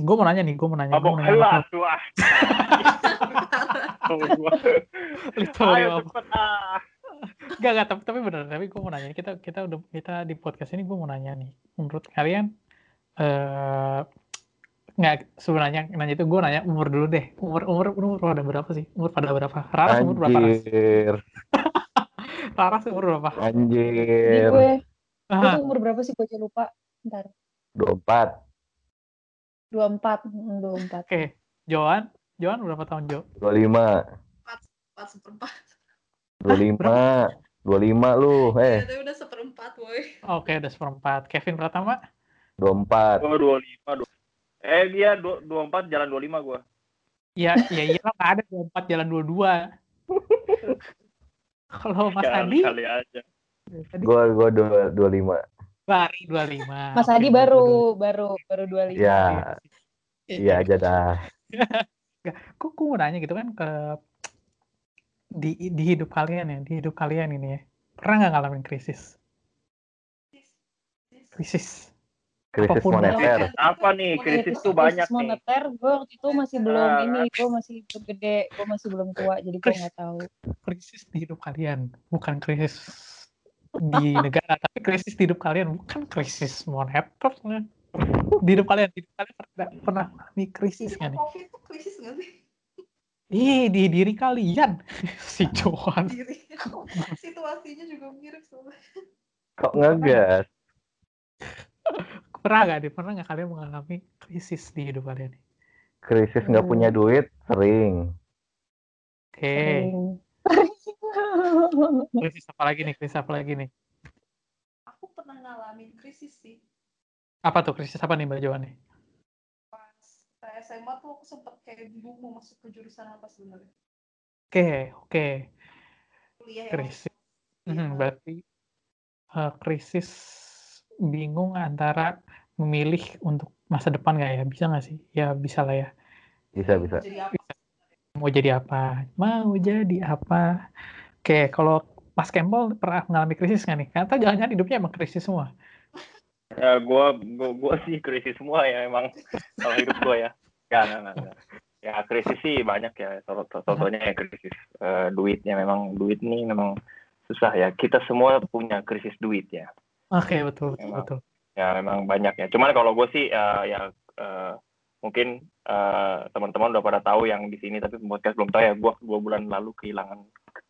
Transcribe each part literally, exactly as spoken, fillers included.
gue mau nanya nih, gue mau nanya. Mabok helas tuh ah. Literally Ayo cepet ah. Gak, gak, tapi, tapi bener, tapi gue mau nanya, kita kita udah kita di podcast ini gue mau nanya nih, menurut kalian eh nggak sebenarnya nanya itu gue nanya umur dulu deh, umur umur umur pada berapa sih, umur pada berapa? Raras umur berapa Ras? Anjir. Raras umur berapa? Anjir. Jadi gue, gue tuh umur berapa sih gue aja lupa. Ntar. dua puluh empat. dua puluh empat. dua puluh empat. Oke, Joan, Joan berapa tahun Jo? dua puluh lima. empat seperempat. dua puluh lima. dua puluh lima lu, eh. Iya, tapi udah seperempat, boy. Oke, udah seperempat. Kevin Pratama? dua puluh empat. Oh, dua puluh lima. Eh, dia dua puluh empat jalan dua puluh lima gua. Iya, iya, iya lah, nggak ada dua puluh empat jalan dua puluh dua. Kalau Mas Adi? Kali aja. Gua gua dua puluh lima. Bari dua puluh lima. Mas Adi baru, baru, baru dua puluh lima. Iya. Iya aja dah. Gak, kok aku mau nanya gitu kan ke di di hidup kalian ya, di hidup kalian ini ya, pernah nggak ngalamin krisis? Krisis. Krisis Apapun moneter. Apa nih? Krisis tuh banyak krisis nih. moneter, gue waktu itu masih belum Ah. ini, gue masih belum gede, gue masih belum tua, jadi gue nggak tahu. Krisis di hidup kalian, bukan krisis di negara, tapi krisis di hidup kalian, bukan krisis moneter. Di hidup kalian, di hidup kalian pernah pernah mengalami krisis nggak nih? Covid itu krisis nggak sih? Ih, di diri kalian, si Johan. Diri. Situasinya juga mirip soalnya. Kok ngegas? Pernah nggak deh, pernah nggak kalian mengalami krisis di hidup kalian? Krisis nggak punya duit sering. Oke, Sering. krisis apa lagi nih? Krisis apa lagi nih? Aku pernah ngalamin krisis sih. Apa tuh krisis apa nih Mbak Johan nih? Pas saya S M A tuh aku sempet kayak bingung mau masuk ke jurusan apa sebenarnya. Oke, oke. Kuliah ya. Krisis. Iya. Hmm, berarti uh, krisis bingung antara memilih untuk masa depan nggak ya? Bisa nggak sih? Ya bisa lah ya. Bisa bisa. Jadi apa? Mau jadi apa? Mau jadi apa? Oke, kalau Mas Campbell pernah mengalami krisis nggak nih? Kata jangan-jangan hidupnya emang krisis semua. Ya, gua, gua, gua sih krisis semua ya emang kalau hidup gua ya. Ya, enggak, enggak. Ya krisis sih banyak ya. Contohnya ya krisis uh, duitnya memang duit nih memang susah ya. Kita semua punya krisis duit ya. Oke, betul, betul, Memang. betul. Ya memang banyak ya. Cuman kalau gue sih uh, ya uh, mungkin uh, teman-teman udah pada tahu yang di sini tapi podcast belum tahu ya. Gue dua bulan lalu kehilangan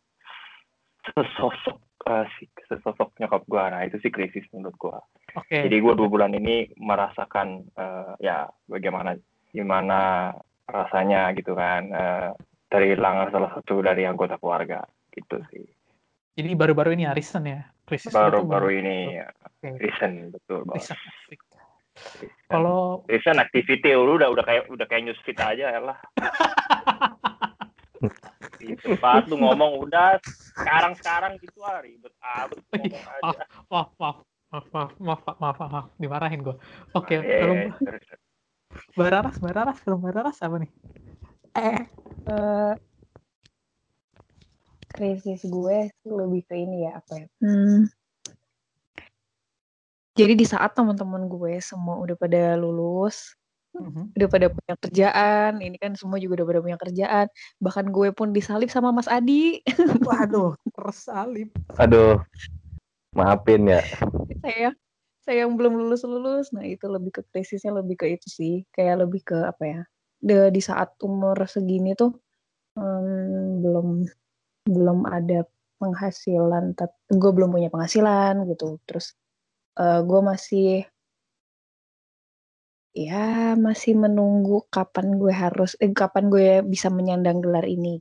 sesosok uh, si sesosok nyokap gue. Nah itu sih krisis menurut gue. Oke. Jadi gue dua bulan ini merasakan uh, ya bagaimana gimana rasanya gitu kan uh, dari hilangan salah satu dari anggota keluarga gitu sih. Jadi baru-baru ini ya, recent ya? Krisis Baru-baru ini ya. Okay. Recent betul bos. Recent. Kalau recent activity lu udah udah kayak udah kayak newsfeed aja ya lah. Gitu, pas lu ngomong udah sekarang sekarang gitu ah ribet abet ngomong aja. Maaf, maaf, maaf, maaf, maaf, maaf, maaf, maaf, dimarahin gue. Oke, Ah, yeah, kalau yeah, Mbak Raras, Mbak Raras, kalau Mbak Raras apa nih? Eh, uh, krisis gue lebih ke ini ya apa ya? Hmm. Jadi di saat teman-teman gue semua udah pada lulus, Mm-hmm. udah pada punya kerjaan, ini kan semua juga udah pada punya kerjaan. Bahkan gue pun disalip sama Mas Adi. Waduh, tersalip. Aduh, maafin ya. saya, saya yang belum lulus-lulus, nah itu lebih ke krisisnya lebih ke itu sih, kayak lebih ke apa ya? De, di saat umur segini tuh hmm, belum belum ada penghasilan, tapi gue belum punya penghasilan gitu. Terus uh, gue masih ya masih menunggu kapan gue harus eh, kapan gue bisa menyandang gelar ini.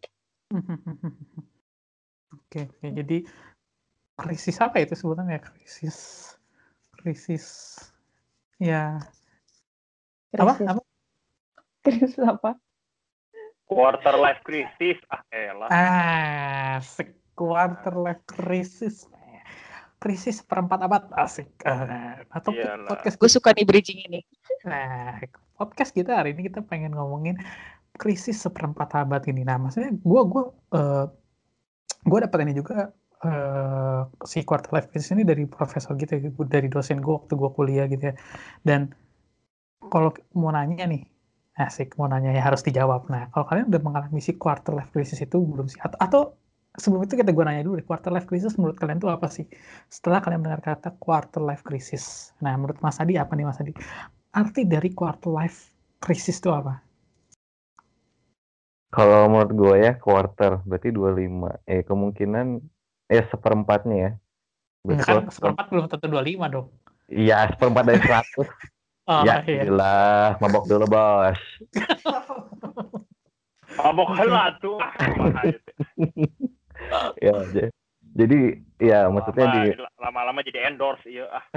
Oke, oke. Jadi krisis apa itu sebutannya? Krisis, krisis, ya. Krisis. Apa? Apa? Krisis apa? Quarter life crisis ah elah. Ah, quarter life crisis. Krisis seperempat abad asik. Uh, atau Iyalah. podcast Gue suka nih bridging ini. Nah, podcast kita hari ini kita pengen ngomongin krisis seperempat abad ini. Nah, maksudnya gue gue uh, gue dapat ini juga uh, si quarter life crisis ini dari profesor gitu, ya, dari dosen gue waktu gue kuliah gitu ya. Dan kalau mau nanya nih, Asik, mau nanya ya harus dijawab. Nah, kalau kalian udah mengalami si quarter life crisis itu belum sih? Atau, atau sebelum itu kita gue nanya dulu deh, quarter life crisis menurut kalian itu apa sih? Setelah kalian mendengar kata quarter life crisis. Nah, menurut Mas Adi apa nih Mas Adi? Arti dari quarter life crisis itu apa? Kalau menurut gue ya quarter berarti dua puluh lima. Eh kemungkinan eh seperempatnya ya. Berarti Enggak kan, kalau seperempat, seperempat belum tentu dua puluh lima dong. iya seperempat dari seratus. Oh Ya iya. gila, mabok dulu bos. Mabok heula tuh. Ah, kumaha itu. Ya, j- jadi ya maksudnya di Lama-lama lama-lama jadi endorse iya ah.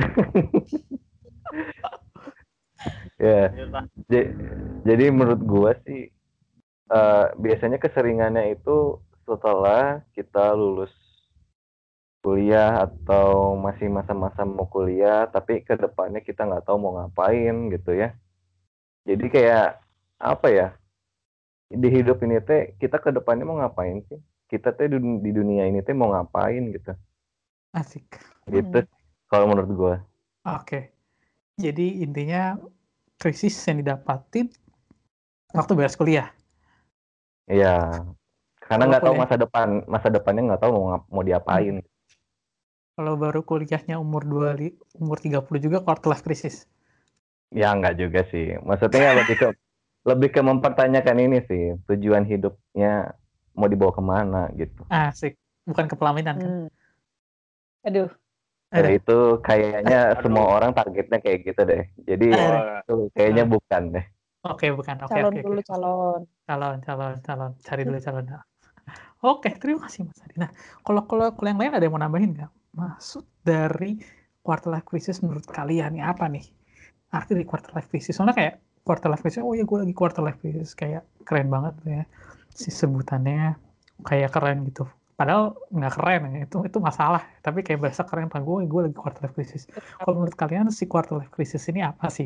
ya Iya tah. j- jadi menurut gua sih eh, biasanya keseringannya itu setelah kita lulus kuliah atau masih masa-masa mau kuliah tapi ke depannya kita nggak tahu mau ngapain gitu ya. Jadi kayak apa ya? Di hidup ini teh kita ke depannya mau ngapain sih? Kita teh di, di dunia ini teh mau ngapain gitu. Asik. Gitu Hmm. kalau menurut gua. Oke. Jadi intinya krisis yang didapatin waktu beres kuliah. Iya, karena Kalau nggak tahu kuliah, masa depan, masa depannya nggak tahu mau ngap- mau diapain. hmm, kalau baru kuliahnya umur dua li- umur tiga puluh juga quarter life crisis. Ya nggak juga sih. Maksudnya ya lebih ke lebih ke mempertanyakan ini sih tujuan hidupnya mau dibawa kemana gitu. Asik. Bukan kepelaminan kan? Hmm. Aduh, Eh, Ada. itu kayaknya semua Aduh. orang targetnya kayak gitu deh. Jadi Ada. Oh, itu kayaknya Ah, bukan deh. Oke, bukan. Oke, calon oke, oke. dulu calon. Calon, calon, calon. Cari dulu calon. Oke, terima kasih Mas Adi. Nah, kalau kalau kalau yang lain ada yang mau nambahin nggak? Maksud dari quarter life crisis menurut kalian ini apa nih? Arti dari quarter life crisis. Soalnya kayak quarter life crisis, oh ya gue lagi quarter life crisis. Kayak keren banget ya. Si sebutannya kayak keren gitu. Padahal nggak keren ya. Itu itu masalah. Tapi kayak berasa keren. Pak gue, gue lagi quarter life crisis. Kalau menurut kalian si quarter life crisis ini apa sih?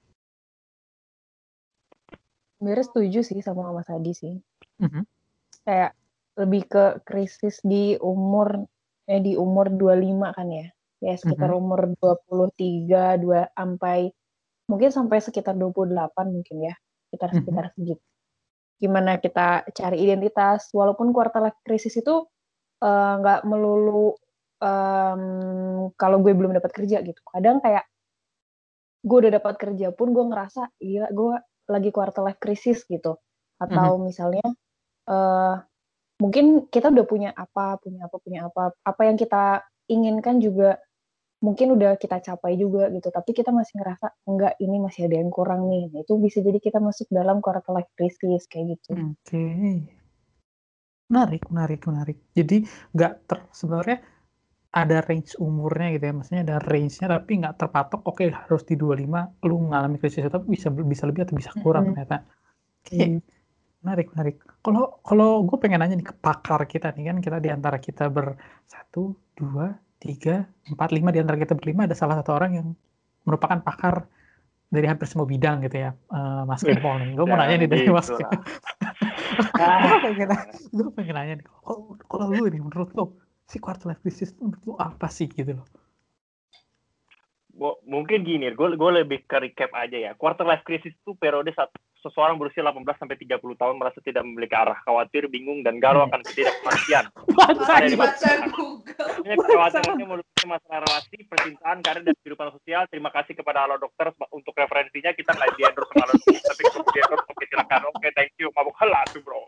Sebenarnya setuju sih sama Mas Adi sih. Mhm, Kayak lebih ke krisis di umur eh di umur dua puluh lima kan ya. Ya sekitar mhm, umur dua puluh tiga, dua sampai mungkin sampai sekitar dua puluh delapan mungkin ya. Sekitar mhm, sekitar segitu. Gimana kita cari identitas walaupun quarter life crisis itu eh, nggak melulu em, kalau gue belum dapat kerja gitu. Kadang kayak gue udah dapat kerja pun gue ngerasa gila gue lagi quarter life crisis gitu. mhm. Atau misalnya eh mungkin kita udah punya apa, punya apa, punya apa, apa yang kita inginkan juga mungkin udah kita capai juga gitu, tapi kita masih ngerasa enggak ini masih ada yang kurang nih. Nah, itu bisa jadi kita masuk dalam quarter life crisis kayak gitu. Oke. Menarik, menarik, menarik. Jadi nggak ter sebenarnya ada range umurnya gitu ya, maksudnya ada range-nya tapi nggak terpatok, oke harus di dua puluh lima lu mengalami krisis itu, tapi bisa bisa lebih atau bisa kurang Mm-mm. ternyata. Oke, Hmm. menarik, menarik. Kalau kalau gue pengen nanya nih ke pakar kita nih kan, kita di antara kita bersatu, dua, tiga, empat, lima, di antara kita berlima ada salah satu orang yang merupakan pakar dari hampir semua bidang gitu ya, eh, Mas Ih, Kempol nih. Gue mau nanya jangan nih dari Mas gitu lah. Kempol. gue Ah, pengen jangan. gue pengen nanya nih, kalau kalau lu nih menurut lo si quarter life crisis itu menurut lo apa sih gitu loh? Gua- mungkin gini, gue gue lebih ke recap aja ya. Quarter life crisis itu periode saat seseorang berusia delapan belas sampai tiga puluh tahun merasa tidak memiliki arah, khawatir, bingung, dan galau Hmm. akan ketidakpastian. Baca Ada di gitu. masa Baca depan. Google. Hanya kekhawatirannya meliputi masalah relasi, percintaan, karir, dan kehidupan sosial. Terima kasih kepada Halo Dokter untuk referensinya. Kita nggak di endorse sama Halo Dokter, tapi kalau di endorse, oke silakan. Oke, thank you. Mabuk helah tuh bro.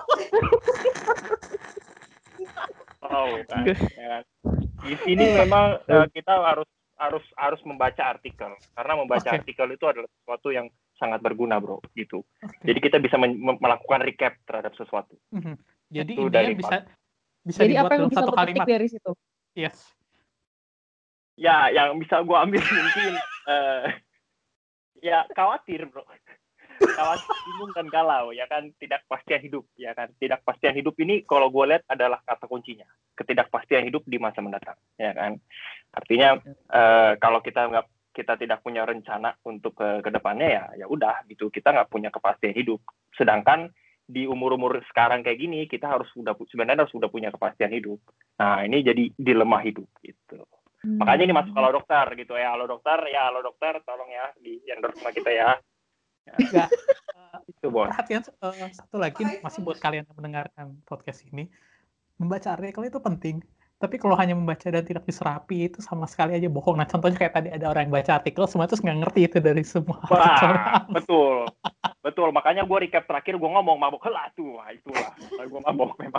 Oh, kan. Ya kan. Di sini memang uh, kita harus harus harus membaca artikel karena membaca Oke. artikel itu adalah sesuatu yang sangat berguna bro gitu. Oke. Jadi kita bisa men- melakukan recap terhadap sesuatu. Mhm. Jadi Itu intinya dari bisa bisa Jadi dibuat apa yang dalam bisa satu lo petik kalimat. dari situ? Yes. Ya, yang bisa gue ambil mungkin uh, ya khawatir bro. Khawatir, bingung dan galau ya kan, tidak pastian hidup ya kan. Tidak pastian hidup ini kalau gue lihat adalah kata kuncinya. Ketidakpastian hidup di masa mendatang ya kan. Artinya uh, kalau kita nggak kita tidak punya rencana untuk ke, ke depannya ya ya udah gitu, kita nggak punya kepastian hidup. Sedangkan di umur-umur sekarang kayak gini kita harus sudah sebenarnya harus sudah punya kepastian hidup. Nah ini jadi dilema hidup gitu. Hmm. Makanya ini masuk Halo Dokter gitu ya. Halo Dokter ya, Halo Dokter tolong ya di endorse sama kita ya. Enggak. Uh, Itu Bon. perhatian uh, satu lagi Baik, masih Bon. buat kalian yang mendengarkan podcast ini, membaca artikel itu penting. Tapi kalau hanya membaca dan tidak diserapi itu sama sekali aja bohong. Nah contohnya kayak tadi ada orang yang baca artikel semua terus nggak ngerti itu dari semua artikelnya. Wah, betul. Betul, makanya gue recap terakhir gue ngomong mabok helah tuh. Wah, itulah. Gue mabok memang.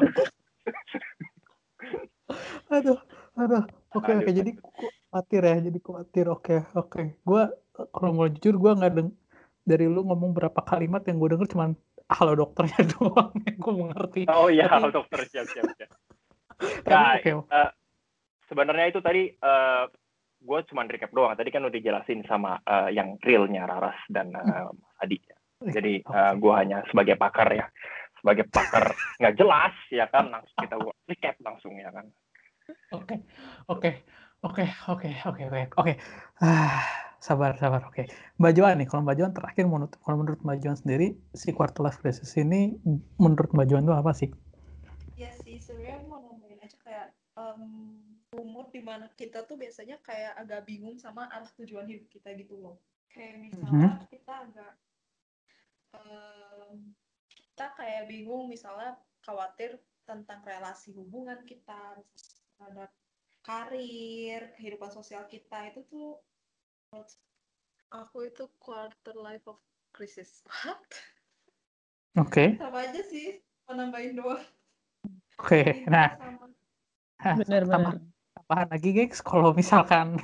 Aduh, aduh. Oke, Lanjut, oke. Jadi lanjut. khawatir ya. Jadi khawatir. Oke, oke. Gue kalau mau jujur gue nggak deng dari lu ngomong berapa kalimat yang gue denger cuman halo dokternya doang yang gue mengerti. Oh iya, Tapi, dokter siap siap siap. tapi Nah, oke. uh, sebenarnya itu tadi uh, gue cuma recap doang. Tadi kan udah dijelasin sama uh, yang realnya Raras dan uh, Mas Adi. Jadi uh, gue hanya sebagai pakar ya, sebagai pakar nggak jelas ya kan, langsung kita gua recap langsung ya kan. Oke, oke, oke, oke, oke, oke, oke. Ah, sabar, sabar. Oke, Mbak Joan nih. Kalau Mbak Joan terakhir menurut, kalau menurut Mbak Joan sendiri, si quarter life crisis ini menurut Mbak Joan itu apa sih? Ya sih, sebenarnya mau nambahin aja kayak um, umur dimana kita tuh biasanya kayak agak bingung sama arah tujuan hidup kita gitu loh. Kayak misalnya Mhm. kita agak um, kita kayak bingung misalnya khawatir tentang relasi hubungan kita, terhadap karir, kehidupan sosial kita itu tuh menurut aku itu quarter life of crisis. What? Oke, Sama aja sih, menambahin doang. oke. Intinya Nah, sama. Hah, Benar-benar. tambah, tambahan lagi guys, kalau misalkan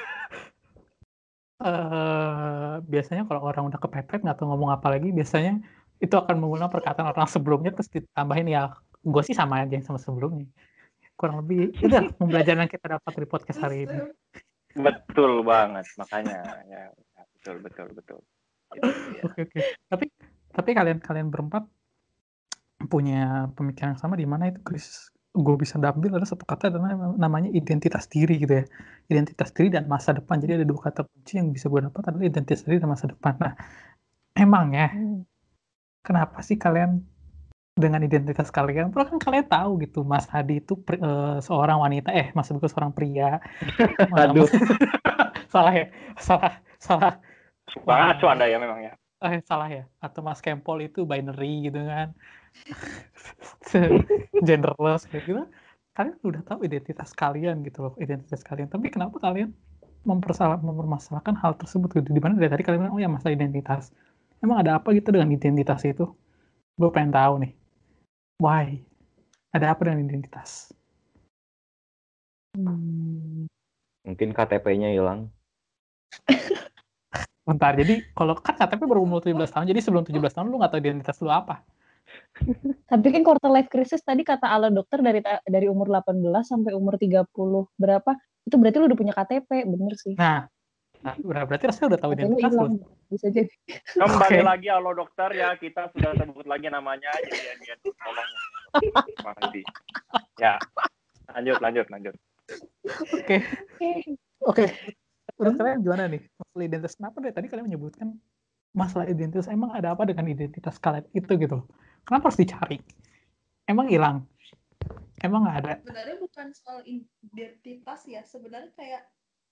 eh biasanya kalau orang udah kepepet nggak tahu ngomong apa lagi, biasanya itu akan mengulang perkataan orang sebelumnya terus ditambahin ya, gue sih sama aja yang sama sebelumnya. Kurang lebih itu lah pembelajaran yang kita dapat dari podcast hari ini. Betul banget, makanya ya, ya betul betul betul. Gitu. Oke, oke. Tapi tapi kalian kalian berempat punya pemikiran yang sama di mana itu krisis gue bisa ambil ada satu kata adalah namanya identitas diri gitu ya. Identitas diri dan masa depan. Jadi ada dua kata kunci yang bisa gue dapat adalah identitas diri dan masa depan. Nah, emang ya, Hmm. kenapa sih kalian dengan identitas kalian? Padahal kan kalian tahu gitu, Mas Hadi itu pri- eh, seorang wanita, eh maksud gue seorang pria. Aduh, Salah ya, salah, salah. Suka ngaco Wah, Anda ya memang ya. eh salah ya. Atau Mas Kempol itu binary gitu kan. Genderless kayak gitu. Kalian udah tahu identitas kalian gitu loh, identitas kalian. Tapi kenapa kalian mempersalah, mempermasalahkan hal tersebut gitu? Dimana dari tadi kalian bilang, oh ya masalah identitas. Emang ada apa gitu dengan identitas itu? Gue pengen tahu nih. Why? Ada apa dengan identitas? Hmm. mungkin K T P-nya hilang. Bentar, jadi kalau kan K T P baru umur tujuh belas tahun, jadi sebelum tujuh belas tahun lu nggak tahu identitas lu apa? Tapi kan quarter life crisis tadi kata ala dokter dari ta- dari umur delapan belas sampai umur tiga puluh berapa, itu berarti lu udah punya K T P, bener sih. Nah, nah berarti rasanya udah tahu K T P lu identitas hilang, lu. bisa jadi. Kembali Oke. lagi halo dokter ya, kita sudah sebut lagi namanya, jadi ya dia tolong Pak Edi. Ya, lanjut lanjut lanjut. Oke. Oke. Menurut kalian gimana nih? Masalah identitas. Kenapa dari tadi kalian menyebutkan masalah identitas? Emang ada apa dengan identitas kalian itu gitu loh? Kenapa harus dicari? Emang hilang? Emang nggak ada? Sebenarnya bukan soal identitas ya, sebenarnya kayak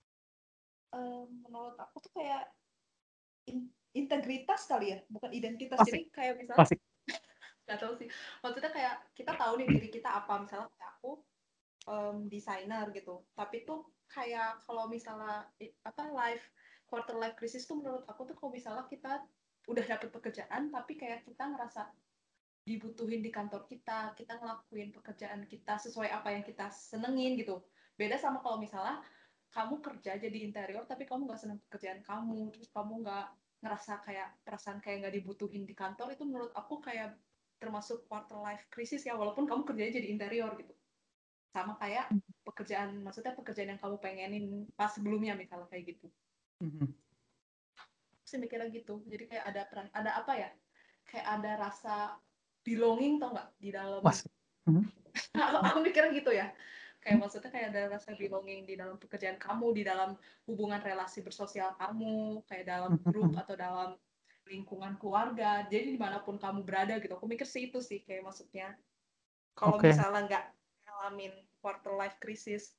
um, menurut aku tuh kayak in- integritas kali ya, bukan identitas. Klasik. Jadi kayak misalnya Klasik. nggak tahu sih, maksudnya kayak kita tahu nih diri kita apa, misalnya kayak aku um, desainer gitu, tapi tuh kayak kalau misalnya i- apa life quarter life crisis tuh menurut aku tuh kalau misalnya kita udah dapet pekerjaan tapi kayak kita ngerasa dibutuhin di kantor kita, kita ngelakuin pekerjaan kita sesuai apa yang kita senengin gitu. Beda sama kalau misalnya kamu kerja jadi interior tapi kamu nggak seneng pekerjaan kamu, terus kamu nggak ngerasa kayak perasaan kayak nggak dibutuhin di kantor, itu menurut aku kayak termasuk quarter life crisis ya, walaupun kamu kerjanya jadi interior gitu. Sama kayak pekerjaan, maksudnya pekerjaan yang kamu pengenin pas sebelumnya misalnya kayak gitu. Mhm. Aku sih mikirnya gitu. Jadi kayak ada peran, ada apa ya? Kayak ada rasa belonging tau nggak di dalam. Was. Mhm. aku, aku mikirnya gitu ya. Kayak maksudnya kayak ada rasa belonging di dalam pekerjaan kamu, di dalam hubungan relasi bersosial kamu, kayak dalam grup Mhm. atau dalam lingkungan keluarga. Jadi dimanapun kamu berada gitu. Aku mikir sih itu sih kayak maksudnya. Kalau Oke. misalnya nggak ngalamin quarter life crisis.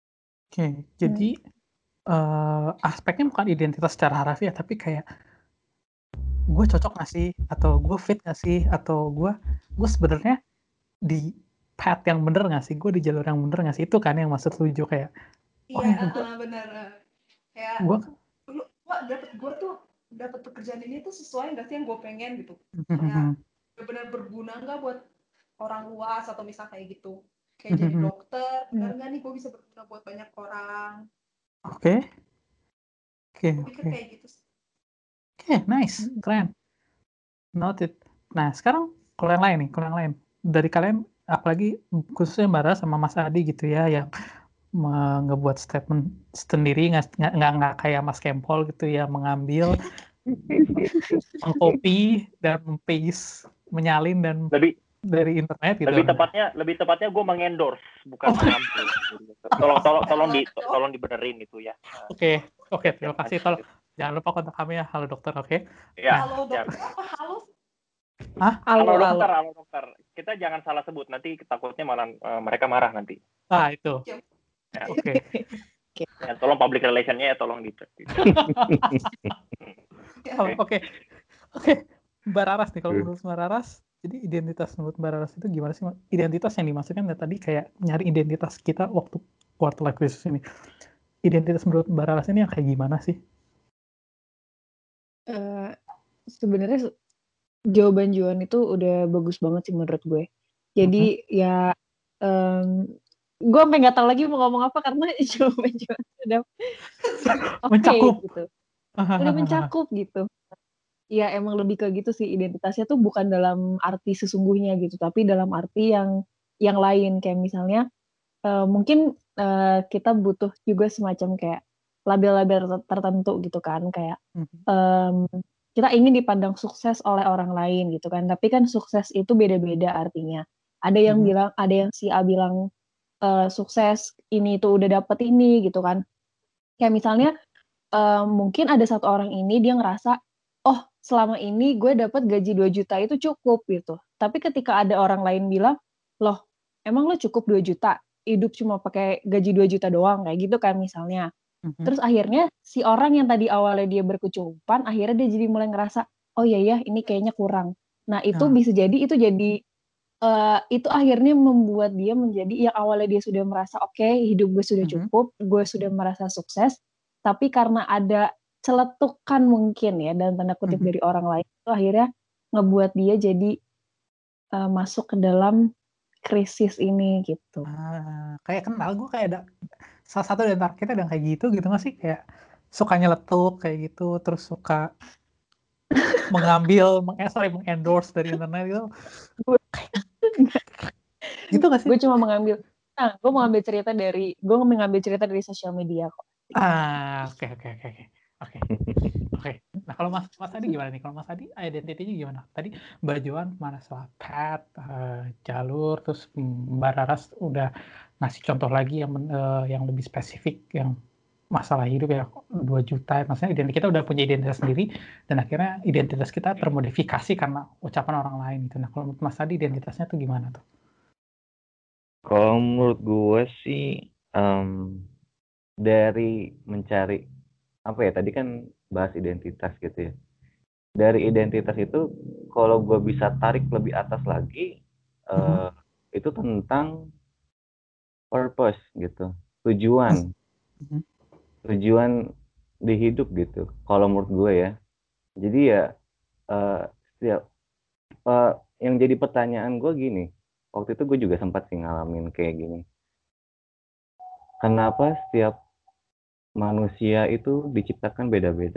Oke. Jadi eh, aspeknya bukan identitas secara harafiah, tapi kayak gue cocok nggak sih, atau gue fit nggak sih, atau gue gue sebenarnya di path yang bener nggak sih, gue di jalur yang bener nggak sih, itu kan yang maksud lu Jo, kayak oh Iya, ya uh, gue uh, benar. uh. Kayak gue lu gua dapet gue tuh dapat pekerjaan ini tuh sesuai nggak sih yang gue pengen gitu. Kayak benar-benar berguna nggak buat orang luas atau misal kayak gitu. Kayak jadi dokter, benar nggak nih gue bisa berguna buat banyak orang. oke oke Gue pikir oke kayak gitu sih. oke nice, keren, noted. Nah sekarang kalau yang lain nih, kalau yang lain dari kalian, apalagi khususnya Mbak Ras sama Mas Adi gitu ya, yang me- ngebuat statement sendiri, nggak nggak nggak nggak kayak Mas Kempol gitu ya, mengambil, mengcopy dan paste, menyalin dan Lebih dari internet gitu. lebih tepatnya lebih tepatnya gue mengendorse bukan Oh. mengambil. Tolong tolong tolong di Galak, Jo. tolong dibenerin itu ya. Oke, oke, Siap, terima siap, kasih. lanjut, Tolong lanjut. jangan lupa kontak kami ya, halo dokter, oke? Ya, Nah, Halo siap. dokter apa halo? ah, Halo Halo, dokter, halo. halo dokter. Kita jangan salah sebut, nanti takutnya malah eh, mereka marah nanti. ah itu, Ya, oke. ya, tolong public relation-nya ya tolong di. Oh, Oke, oke. Mbak Raras nih, kalau menurut Mbak Raras, jadi identitas menurut Mbak Raras itu gimana sih? Mbak? Identitas yang dimaksudkan ya tadi kayak nyari identitas kita waktu quarter life crisis ini. Identitas menurut Mbak Raras ini yang kayak gimana sih? Eh, sebenarnya se- jawaban Joan itu udah bagus banget sih menurut gue. Jadi ya em, gue sampai nggak tahu lagi mau ngomong apa karena jawaban Joan udah oke Mencakup. gitu, udah mencakup gitu. Ya emang lebih ke gitu sih, identitasnya tuh bukan dalam arti sesungguhnya gitu, tapi dalam arti yang yang lain, kayak misalnya eh, mungkin eh, kita butuh juga semacam kayak label-label ter- tertentu gitu kan, kayak em, kita ingin dipandang sukses oleh orang lain gitu kan, tapi kan sukses itu beda-beda artinya. Ada yang Mhm. bilang, ada yang si A bilang eh, sukses ini tuh udah dapet ini gitu kan. Kayak misalnya eh, mungkin ada satu orang ini dia ngerasa, oh selama ini gue dapet gaji dua juta itu cukup gitu. Tapi ketika ada orang lain bilang, loh emang lo cukup dua juta? Hidup cuma pakai gaji dua juta doang kayak gitu kan misalnya. Mhm. Terus akhirnya si orang yang tadi awalnya dia berkecukupan, akhirnya dia jadi mulai ngerasa, oh iya ya ini kayaknya kurang. Nah itu Nah. bisa jadi itu jadi eh, itu akhirnya membuat dia menjadi yang awalnya dia sudah merasa oke okay, hidup gue sudah Mhm. cukup, gue sudah merasa sukses, tapi karena ada celetukan mungkin ya dalam tanda kutip Mhm. dari orang lain itu akhirnya ngebuat dia jadi eh, masuk ke dalam krisis ini gitu. Ah, kayak kenal gue kayak ada salah satu dari antara kita yang kayak gitu gitu nggak sih, kayak suka nyeletuk kayak gitu, terus suka mengambil, meng eh, sorry, mengendorse dari internet gitu, Gue gitu nggak sih? gue cuma mengambil, nah gue mengambil cerita dari gue mengambil cerita dari sosial media kok. Ah, oke oke oke oke oke oke. Nah kalau Mas Mas Adi gimana nih? Kalau Mas Adi identitinya gimana? Tadi Mbak Joan mana soal path, eh, jalur, terus mm, Mbak Raras udah ngasih contoh lagi yang men- eh, yang lebih spesifik, yang masalah hidup ya dua juta, maksudnya identitas kita udah punya identitas sendiri dan akhirnya identitas kita termodifikasi karena ucapan orang lain gitu. Nah kalau menurut Mas Adi identitasnya tuh gimana tuh? Kalau menurut gue sih em, dari mencari apa ya, tadi kan bahas identitas gitu ya. Dari identitas itu kalau gue bisa tarik lebih atas lagi, eh, itu tentang purpose gitu, tujuan Mhm. tujuan di hidup gitu. Kalau menurut gue ya, jadi ya eh, setiap eh, yang jadi pertanyaan gue gini, waktu itu gue juga sempat sih ngalamin kayak gini. Kenapa setiap manusia itu diciptakan beda-beda?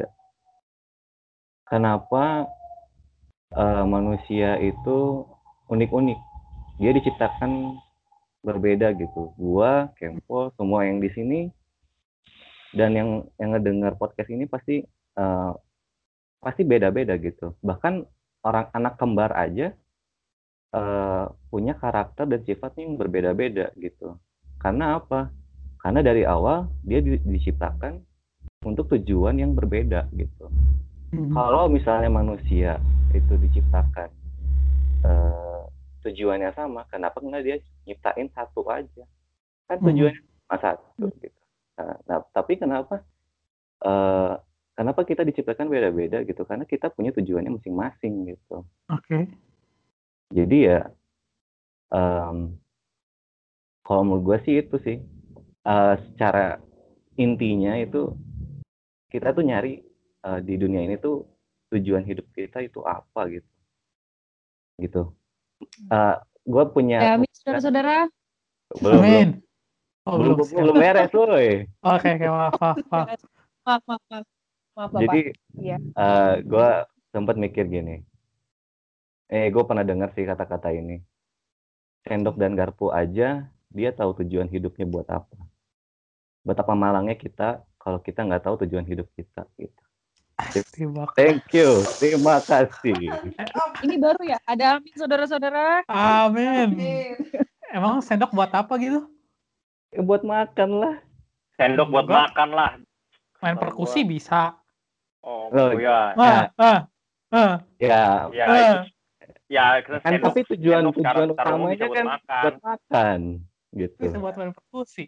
Kenapa eh, manusia itu unik-unik? Dia diciptakan berbeda gitu. Gua, Kempo, semua yang di sini dan yang yang ngedengar podcast ini pasti eh, pasti beda-beda gitu. Bahkan orang anak kembar aja eh, punya karakter dan sifatnya yang berbeda-beda gitu. Karena apa? Karena dari awal dia di- diciptakan untuk tujuan yang berbeda gitu. Mhm. Kalau misalnya manusia itu diciptakan eh, tujuannya sama, kenapa nggak dia nyiptain satu aja? Kan Mhm. tujuannya cuma satu gitu. Nah, nah, tapi kenapa eh, kenapa kita diciptakan beda-beda gitu? Karena kita punya tujuannya masing-masing gitu. Oke. Jadi ya, em, kalau menurut gue sih itu sih, eh, secara intinya itu kita tuh nyari eh, di dunia ini tuh tujuan hidup kita itu apa gitu, gitu. Eh, gue punya Ya, amin, pemikiran- saudara-saudara. belum belum Amin. Oh, belum belum belum, siap. belum beres woy. Oke, oke, maaf, maaf, maaf. Maaf, maaf, maaf. Maaf, Bapak. Jadi Iya. eh gue sempat mikir gini, eh gue pernah dengar sih kata-kata ini, sendok dan garpu aja dia tahu tujuan hidupnya buat apa. Betapa malangnya kita kalau kita nggak tahu tujuan hidup kita gitu. Terima kasih. Thank you, terima kasih. Ini baru ya, ada amin, saudara-saudara. Amin. Amin. Emang sendok buat apa gitu? Ya, buat makan lah. Sendok buat Enggak. makan lah. Main Tahu perkusi gua. bisa. Oh, Loh, oh ya. Ah, ah, ah. Ya, Ya, Ah. itu ya kita kan sendok, tapi tujuan sendok sekarang tujuan secara umum utamanya bisa buat kan makan. buat makan gitu. Bisa buat main perkusi.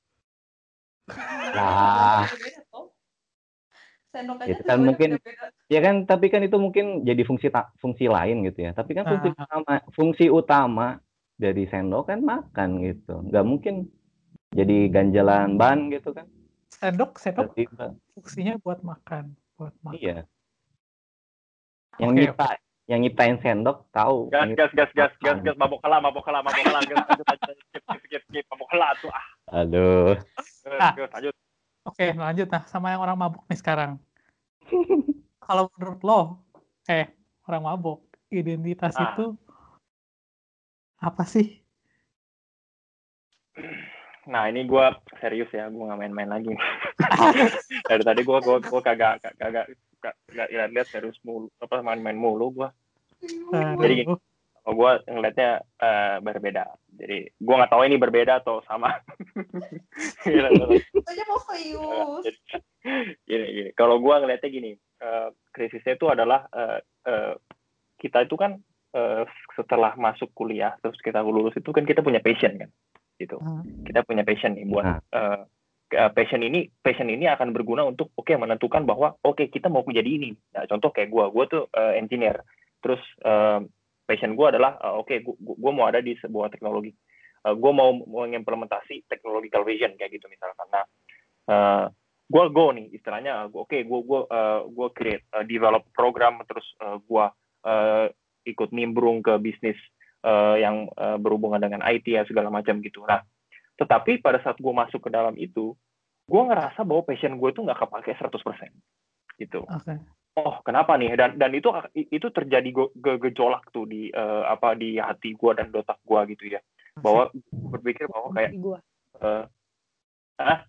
Lah. Beda-beda tuh. Sendok aja Itu kan tujuannya mungkin beda-beda. ya kan, tapi kan itu mungkin jadi fungsi ta- fungsi lain gitu ya. Tapi kan fungsi Ah. utama fungsi utama dari sendok kan makan gitu. Nggak mungkin jadi ganjalan ban gitu kan. Sendok, sendok Tiba-tiba. fungsinya buat makan, buat makan. Iya. Yang Oke, nyipta, yang nyiptain sendok tahu. Gas, yang gas, gas, gas, gas, makan. gas, mabok kalah, mabok kalah, mabok kalah, gas, lanjut, lanjut, skip, skip, skip, skip, mabok kalah tuh, ah, Aduh. gas, Ah. gas, lanjut. Oke, lanjut nah sama yang orang mabuk nih sekarang. Kalau menurut lo, eh orang mabuk, identitas Ah. itu apa sih? Nah ini gue serius ya, gue nggak main-main lagi. Dari tadi gue gue gue kagak kagak kagak lihat-lihat serius mulu, apa main-main mulu gue. Jadi Aduh. kalau gue ngeliatnya uh, berbeda. Jadi gue nggak tahu ini berbeda atau sama. Aja mau serius. Gini, gini. Kalau gue ngeliatnya gini, uh, krisisnya itu adalah uh, uh, kita itu kan uh, setelah masuk kuliah terus kita lulus itu kan kita punya passion kan. Gitu. Kita punya passion nih buat uh, passion ini passion ini akan berguna untuk oke okay, menentukan bahwa oke okay, kita mau menjadi ini. Nah, contoh kayak gue, gue tuh uh, engineer. Terus uh, passion gue adalah uh, oke okay, gue mau ada di sebuah teknologi. Uh, gue mau mengimplementasi technological vision kayak gitu misalkan. Nah, uh, gue go nih istilahnya. Oke, okay, gue gue uh, gue create uh, develop program terus uh, gue uh, ikut nimbrung ke bisnis Uh, yang uh, berhubungan dengan I T ya segala macam gitu. Nah, tetapi pada saat gue masuk ke dalam itu, gue ngerasa bahwa passion gue itu nggak kepake seratus persen gitu. Okay. Oh, kenapa nih? Dan dan itu itu terjadi ge- ge- gejolak tuh di uh, apa di hati gue dan di otak gue gitu ya. Bahwa gue berpikir bahwa kayak uh, ah,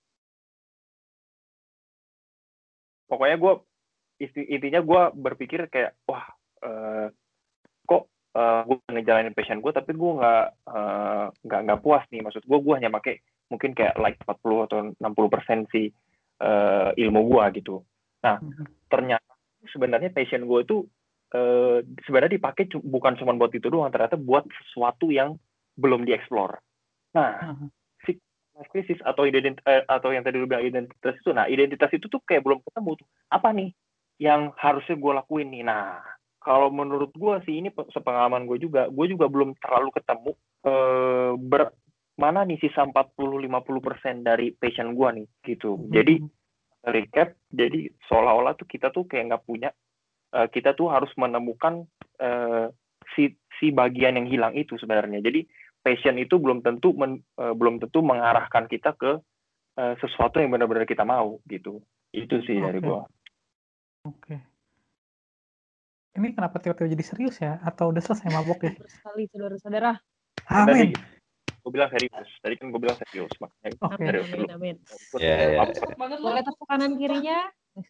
pokoknya gue intinya gue berpikir kayak wah uh, kok Uh, gue ngejalanin passion gue tapi gue nggak uh, nggak nggak puas nih, maksud gue gue hanya pakai mungkin kayak like empat puluh atau enam puluh persen si uh, ilmu gue gitu. Nah mm-hmm. ternyata sebenarnya passion gue itu uh, sebenarnya dipakai cu- bukan cuma buat itu doang, ternyata buat sesuatu yang belum dieksplor. Nah mm-hmm. si krisis atau ident uh, atau yang tadi lu bilang identitas itu, nah identitas itu tuh kayak belum ketemu tuh apa nih yang harusnya gue lakuin nih. Nah kalau menurut gue sih ini sepengalaman gue juga, gue juga belum terlalu ketemu eh, ber, mana nih sisa empat puluh sampai lima puluh persen dari passion gue nih gitu. Mm-hmm. Jadi recap, jadi seolah-olah tuh kita tuh kayak nggak punya, uh, kita tuh harus menemukan uh, si si bagian yang hilang itu sebenarnya. Jadi passion itu belum tentu men, uh, belum tentu mengarahkan kita ke uh, sesuatu yang benar-benar kita mau gitu. Itu sih okay. dari gue. Oke. Okay. Ini kenapa tiba-tiba jadi serius ya? Atau udah selesai mabok ya? Sekali saudara-saudara. Amin. Gue bilang serius. Tadi kan gue bilang serius. Makanya okay. serius amin, amin, amin. Yeah, yeah. Boleh tepuk kanan kirinya?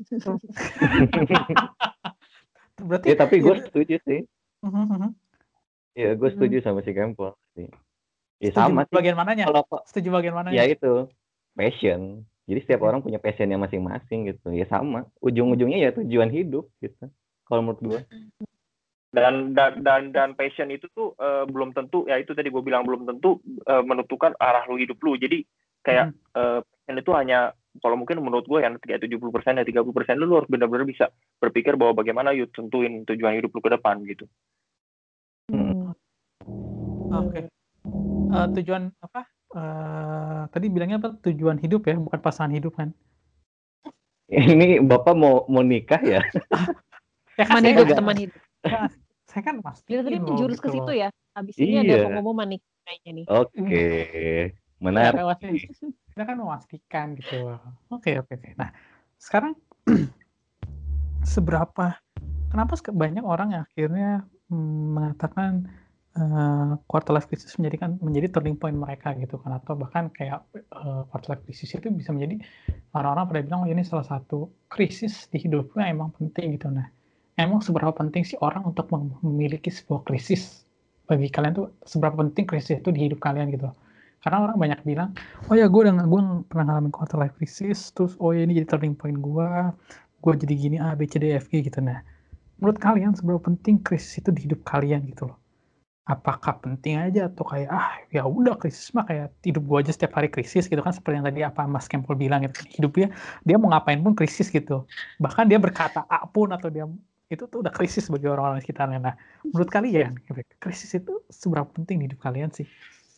Berarti, ya, tapi gue ya, setuju sih. Uh-huh. Ya, gue setuju sama si Kempol sih. Ya, setuju sama sih. Bagian mananya? Kalau setuju bagian mananya? Ya itu, passion. Jadi setiap okay. orang punya passionnya masing-masing gitu. Ya sama. Ujung-ujungnya ya tujuan hidup gitu. Kalau menurut gue. Dan dan dan dan passion itu tuh uh, belum tentu, ya itu tadi gue bilang belum tentu uh, menentukan arah lu hidup lu. Jadi kayak mm-hmm. uh, passion itu hanya kalau mungkin menurut gue yang kayak tujuh puluh persen ya tiga puluh persen lu, lu harus benar-benar bisa berpikir bahwa bagaimana you tentuin tujuan hidup lu ke depan gitu. Hmm. Oke. Eh, tujuan apa? Eh, tadi bilangnya apa? Tujuan hidup ya, bukan pasangan hidup kan? Ini Bapak mau mau nikah ya? Ya kan Teman saya hidup, Agak- teman hidup. ya, saya kan Kita mastiin tadi loh menjurus ke gitu situ loh. ya. Habis ini ada Iya. pengumuman nih kayaknya nih. Oke. Ya Menarik. kan pasti kita kan memastikan gitu. Oke oke oke. Nah sekarang seberapa? Kenapa sek- banyak orang yang akhirnya mm, mengatakan eh, quarter life crisis menjadikan menjadi turning point mereka gitu kan, atau bahkan kayak eh, quarter life crisis itu bisa menjadi orang-orang pada bilang oh ini salah satu krisis di hidupnya emang penting gitu. Nah emang seberapa penting sih orang untuk mem- memiliki sebuah krisis? Bagi kalian tuh seberapa penting krisis itu di hidup kalian gitu? Karena orang banyak bilang, oh ya gue udah gue pernah ngalamin quarter life crisis, terus oh ya ini jadi turning point gue, gue jadi gini A B C D F G gitu. Nah menurut kalian seberapa penting krisis itu di hidup kalian gitu loh? Apakah penting aja atau kayak ah ya udah krisis mah kayak hidup gue aja setiap hari krisis gitu kan, seperti yang tadi apa Mas Kempol bilang gitu kan, hidup dia dia mau ngapain pun krisis gitu, bahkan dia berkata A pun atau dia itu tuh udah krisis bagi orang-orang sekitarnya. Nah menurut kalian krisis itu seberapa penting di hidup kalian sih?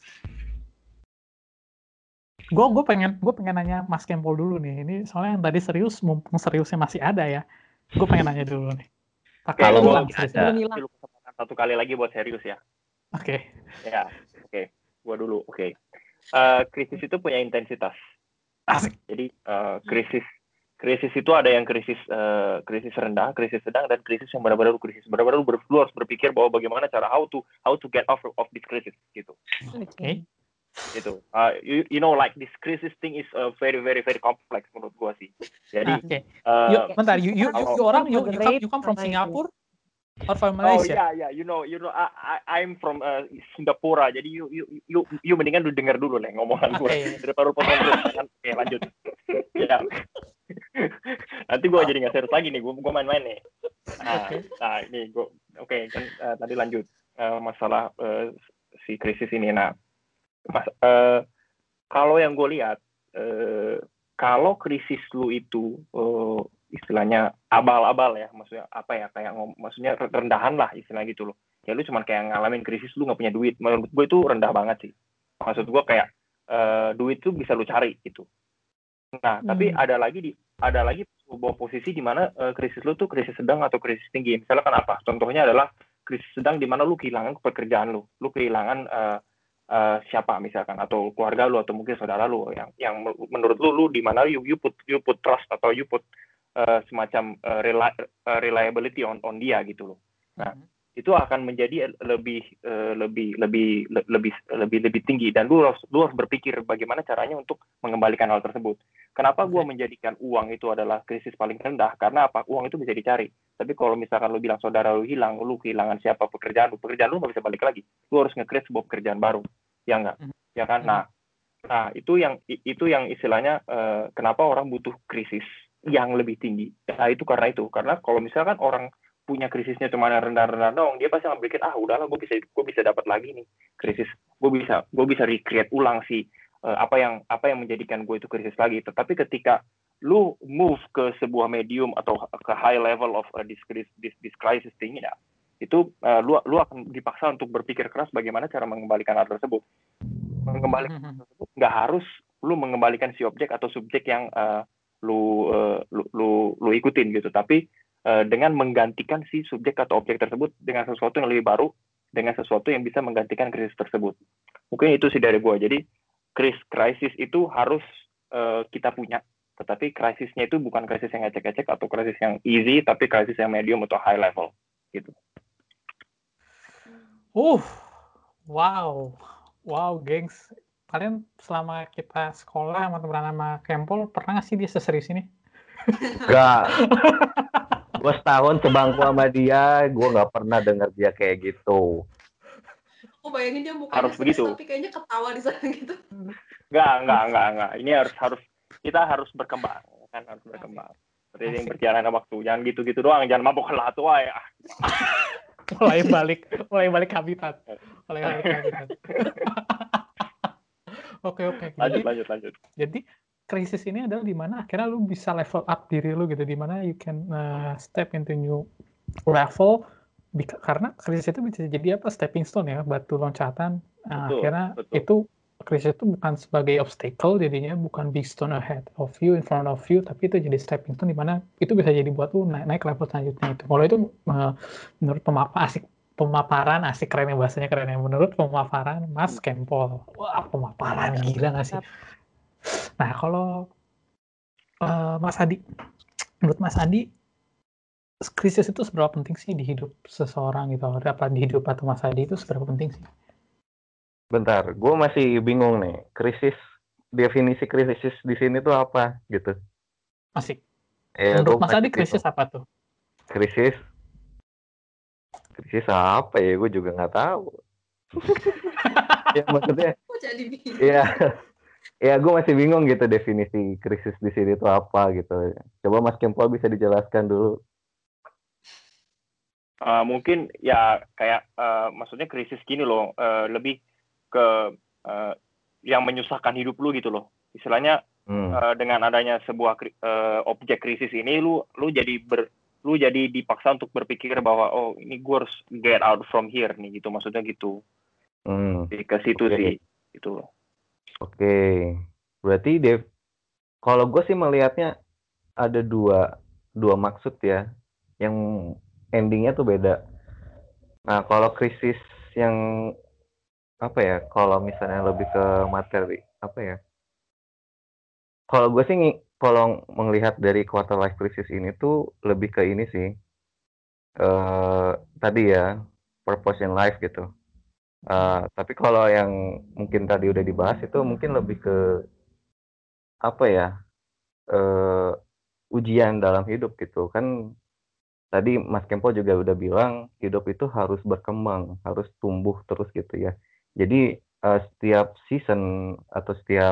Gue gue pengen gue pengen nanya Mas Kempol dulu nih, ini soalnya yang tadi serius, mumpung seriusnya masih ada ya, gue pengen nanya dulu nih. Oke, Kalau gue masih ada ada. Belum hilang. kasih lu kesempatan satu kali lagi buat serius ya. Oke. Ya, oke. Gue dulu, oke. Eh, krisis itu punya intensitas. Asik. Jadi eh, krisis krisis itu ada yang krisis eh, krisis rendah, krisis sedang, dan krisis yang benar-benar lu krisis. Benar-benar lu, ber, lu harus berpikir bahwa bagaimana cara how to how to get off of this crisis gitu. Oke. Gitu. Uh, you, you know like this crisis thing is uh, very very very complex menurut gua sih. Jadi Oke. uh, Yuk, bentar, you, you, you, you orang, you, you, come, you come from Moderate, Singapore or from oh Malaysia? ya ya, you know you know I, I I'm from uh, Singapura. Jadi you you you you mendingan lu dengar dulu lah ngomongan gua Oke. daripada lu potong terus kan. Oke, lanjut. Ya. Nanti gua jadi nggak serius lagi nih, gua gua main-main nih. Nah, Oke. nah ini gua oke okay, kan uh, tadi lanjut uh, masalah uh, si krisis ini. Nah, mas uh, kalau yang gue lihat, uh, kalau krisis lu itu uh, istilahnya abal-abal ya, maksudnya apa ya, kayak ngom- maksudnya rendahan lah istilahnya gitu loh. Ya lu cuma kayak ngalamin krisis lu nggak punya duit, menurut gue itu rendah banget sih. Maksud gue kayak uh, duit tuh bisa lu cari gitu. Nah, tapi Hmm. ada lagi di ada lagi sebuah posisi di mana uh, krisis lu tuh krisis sedang atau krisis tinggi. Misalnya kenapa? Contohnya adalah krisis sedang di mana lu kehilangan pekerjaan lu, lu kehilangan uh, uh, siapa misalkan, atau keluarga lu, atau mungkin saudara lu yang yang menurut lu lu di mana you, you put you put trust atau you put uh, semacam uh, reli- uh, reliability on on dia gitu loh. Nah, itu akan menjadi lebih uh, lebih lebih le- lebih lebih lebih tinggi, dan lu harus lu harus berpikir bagaimana caranya untuk mengembalikan hal tersebut. Kenapa gue menjadikan uang itu adalah krisis paling rendah? Karena apa? Uang itu bisa dicari. Tapi kalau misalkan lu bilang saudara lu hilang, lu kehilangan siapa, pekerjaan lu, pekerjaan lu nggak bisa balik lagi. Lu harus nge-create sebuah pekerjaan baru, ya nggak? Ya kan? Nah, nah itu yang itu yang istilahnya uh, kenapa orang butuh krisis yang lebih tinggi. Nah itu karena itu. Karena kalau misalkan orang punya krisisnya cuma rendah-rendah dong, dia pasti akan berpikir ah udahlah gue bisa gue bisa dapat lagi nih krisis, gue bisa gue bisa recreate ulang sih uh, apa yang apa yang menjadikan gue itu krisis lagi. Tetapi ketika lu move ke sebuah medium atau ke high level of uh, this, this this crisis thing ya, itu uh, lu lu akan dipaksa untuk berpikir keras bagaimana cara mengembalikan hal tersebut. Mengembalikan hal tersebut nggak harus lu mengembalikan si objek atau subjek yang uh, lu, uh, lu lu lu ikutin gitu, tapi uh, dengan menggantikan si subjek atau objek tersebut dengan sesuatu yang lebih baru, dengan sesuatu yang bisa menggantikan krisis tersebut. Mungkin itu sih dari gue. Jadi krisis itu harus uh, kita punya, tetapi krisisnya itu bukan krisis yang ecek-ecek atau krisis yang easy, tapi krisis yang medium atau high level gitu. Uh, wow, wow, gengs. Kalian selama kita sekolah sama teman sama Kempol pernah nggak sih dia seserius ini? Enggak. Gue setahun sebangku sama dia, gue nggak pernah dengar dia kayak gitu. Aku bayangin dia mukanya Harus serius begitu. tapi kayaknya ketawa di sana gitu. Enggak, enggak, enggak, enggak. Ini harus harus kita harus berkembang, kan harus berkembang. Seperti yang berjalan waktu. Jangan gitu-gitu doang, jangan mabuk lah tua ya. mulai balik, mulai balik habitat, mulai balik habitat. Oke oke. Lanjut, Jadi, lanjut, lanjut. jadi krisis ini adalah di mana akhirnya lu bisa level up diri lu gitu, di mana you can uh, step into new level bika- karena krisis itu bisa jadi apa stepping stone ya, batu loncatan. Nah, Betul, akhirnya betul. itu krisis itu bukan sebagai obstacle jadinya, bukan big stone ahead of you, in front of you, tapi itu jadi stepping stone di mana itu bisa jadi buat lu naik, naik level selanjutnya itu. Kalau itu uh, menurut pemapa asik pemaparan asik keren ya bahasanya keren ya, menurut pemaparan Mas Kempol. Wah, pemaparan gila nggak sih? Nah, kalau uh, Mas Adi, menurut Mas Adi, krisis itu seberapa penting sih di hidup seseorang gitu? Apa di hidup atau Mas Adi itu seberapa penting sih? Bentar, gue masih bingung nih. Krisis, definisi krisis di sini tuh apa gitu? Asik. Ya, gue Menurut Mas masih Adi krisis bingung. apa tuh? Krisis, krisis apa ya? Gue juga nggak tahu. Ya maksudnya, Kok jadi bingung? ya, ya gue masih bingung gitu definisi krisis di sini tuh apa gitu. Coba Mas Kempol bisa dijelaskan dulu. Uh, mungkin ya kayak uh, maksudnya krisis gini loh, uh, lebih ke uh, yang menyusahkan hidup lu gitu loh. Istilahnya Hmm. uh, dengan adanya sebuah kri- uh, objek krisis ini, lu lu jadi ber lu jadi dipaksa untuk berpikir bahwa oh ini gue harus get out from here nih gitu, maksudnya gitu. Hmm. Jadi ke situ Oke. sih gitu loh. Oke, berarti Dev, kalau gue sih melihatnya ada dua dua maksud ya, yang endingnya tuh beda. Nah, kalau krisis yang apa ya? Kalau misalnya lebih ke materi, apa ya? Kalau gue sih ngi- kalau melihat dari quarter life crisis ini tuh lebih ke ini sih. eh tadi ya, purpose in life gitu. Eh, tapi kalau yang mungkin tadi udah dibahas itu mungkin lebih ke apa ya? eh ujian dalam hidup gitu kan. Tadi Mas Kempo juga udah bilang hidup itu harus berkembang, harus tumbuh terus gitu ya. Jadi eh, setiap season atau setiap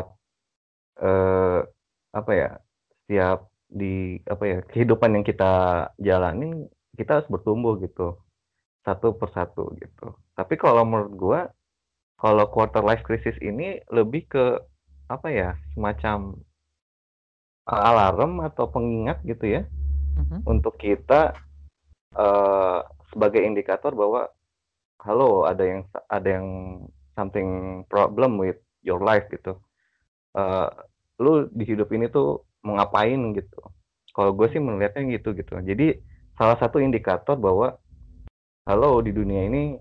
eh, apa ya, setiap di apa ya kehidupan yang kita jalani kita harus bertumbuh gitu satu persatu gitu. Tapi kalau menurut gua, kalau quarter life crisis ini lebih ke apa ya, semacam eh, alarm atau pengingat gitu ya Mhm. untuk kita eh, sebagai indikator bahwa halo ada yang ada yang something problem with your life gitu. Eh, lu di hidup ini tuh mau ngapain gitu. Kalau gue sih melihatnya gitu gitu. Jadi salah satu indikator bahwa halo di dunia ini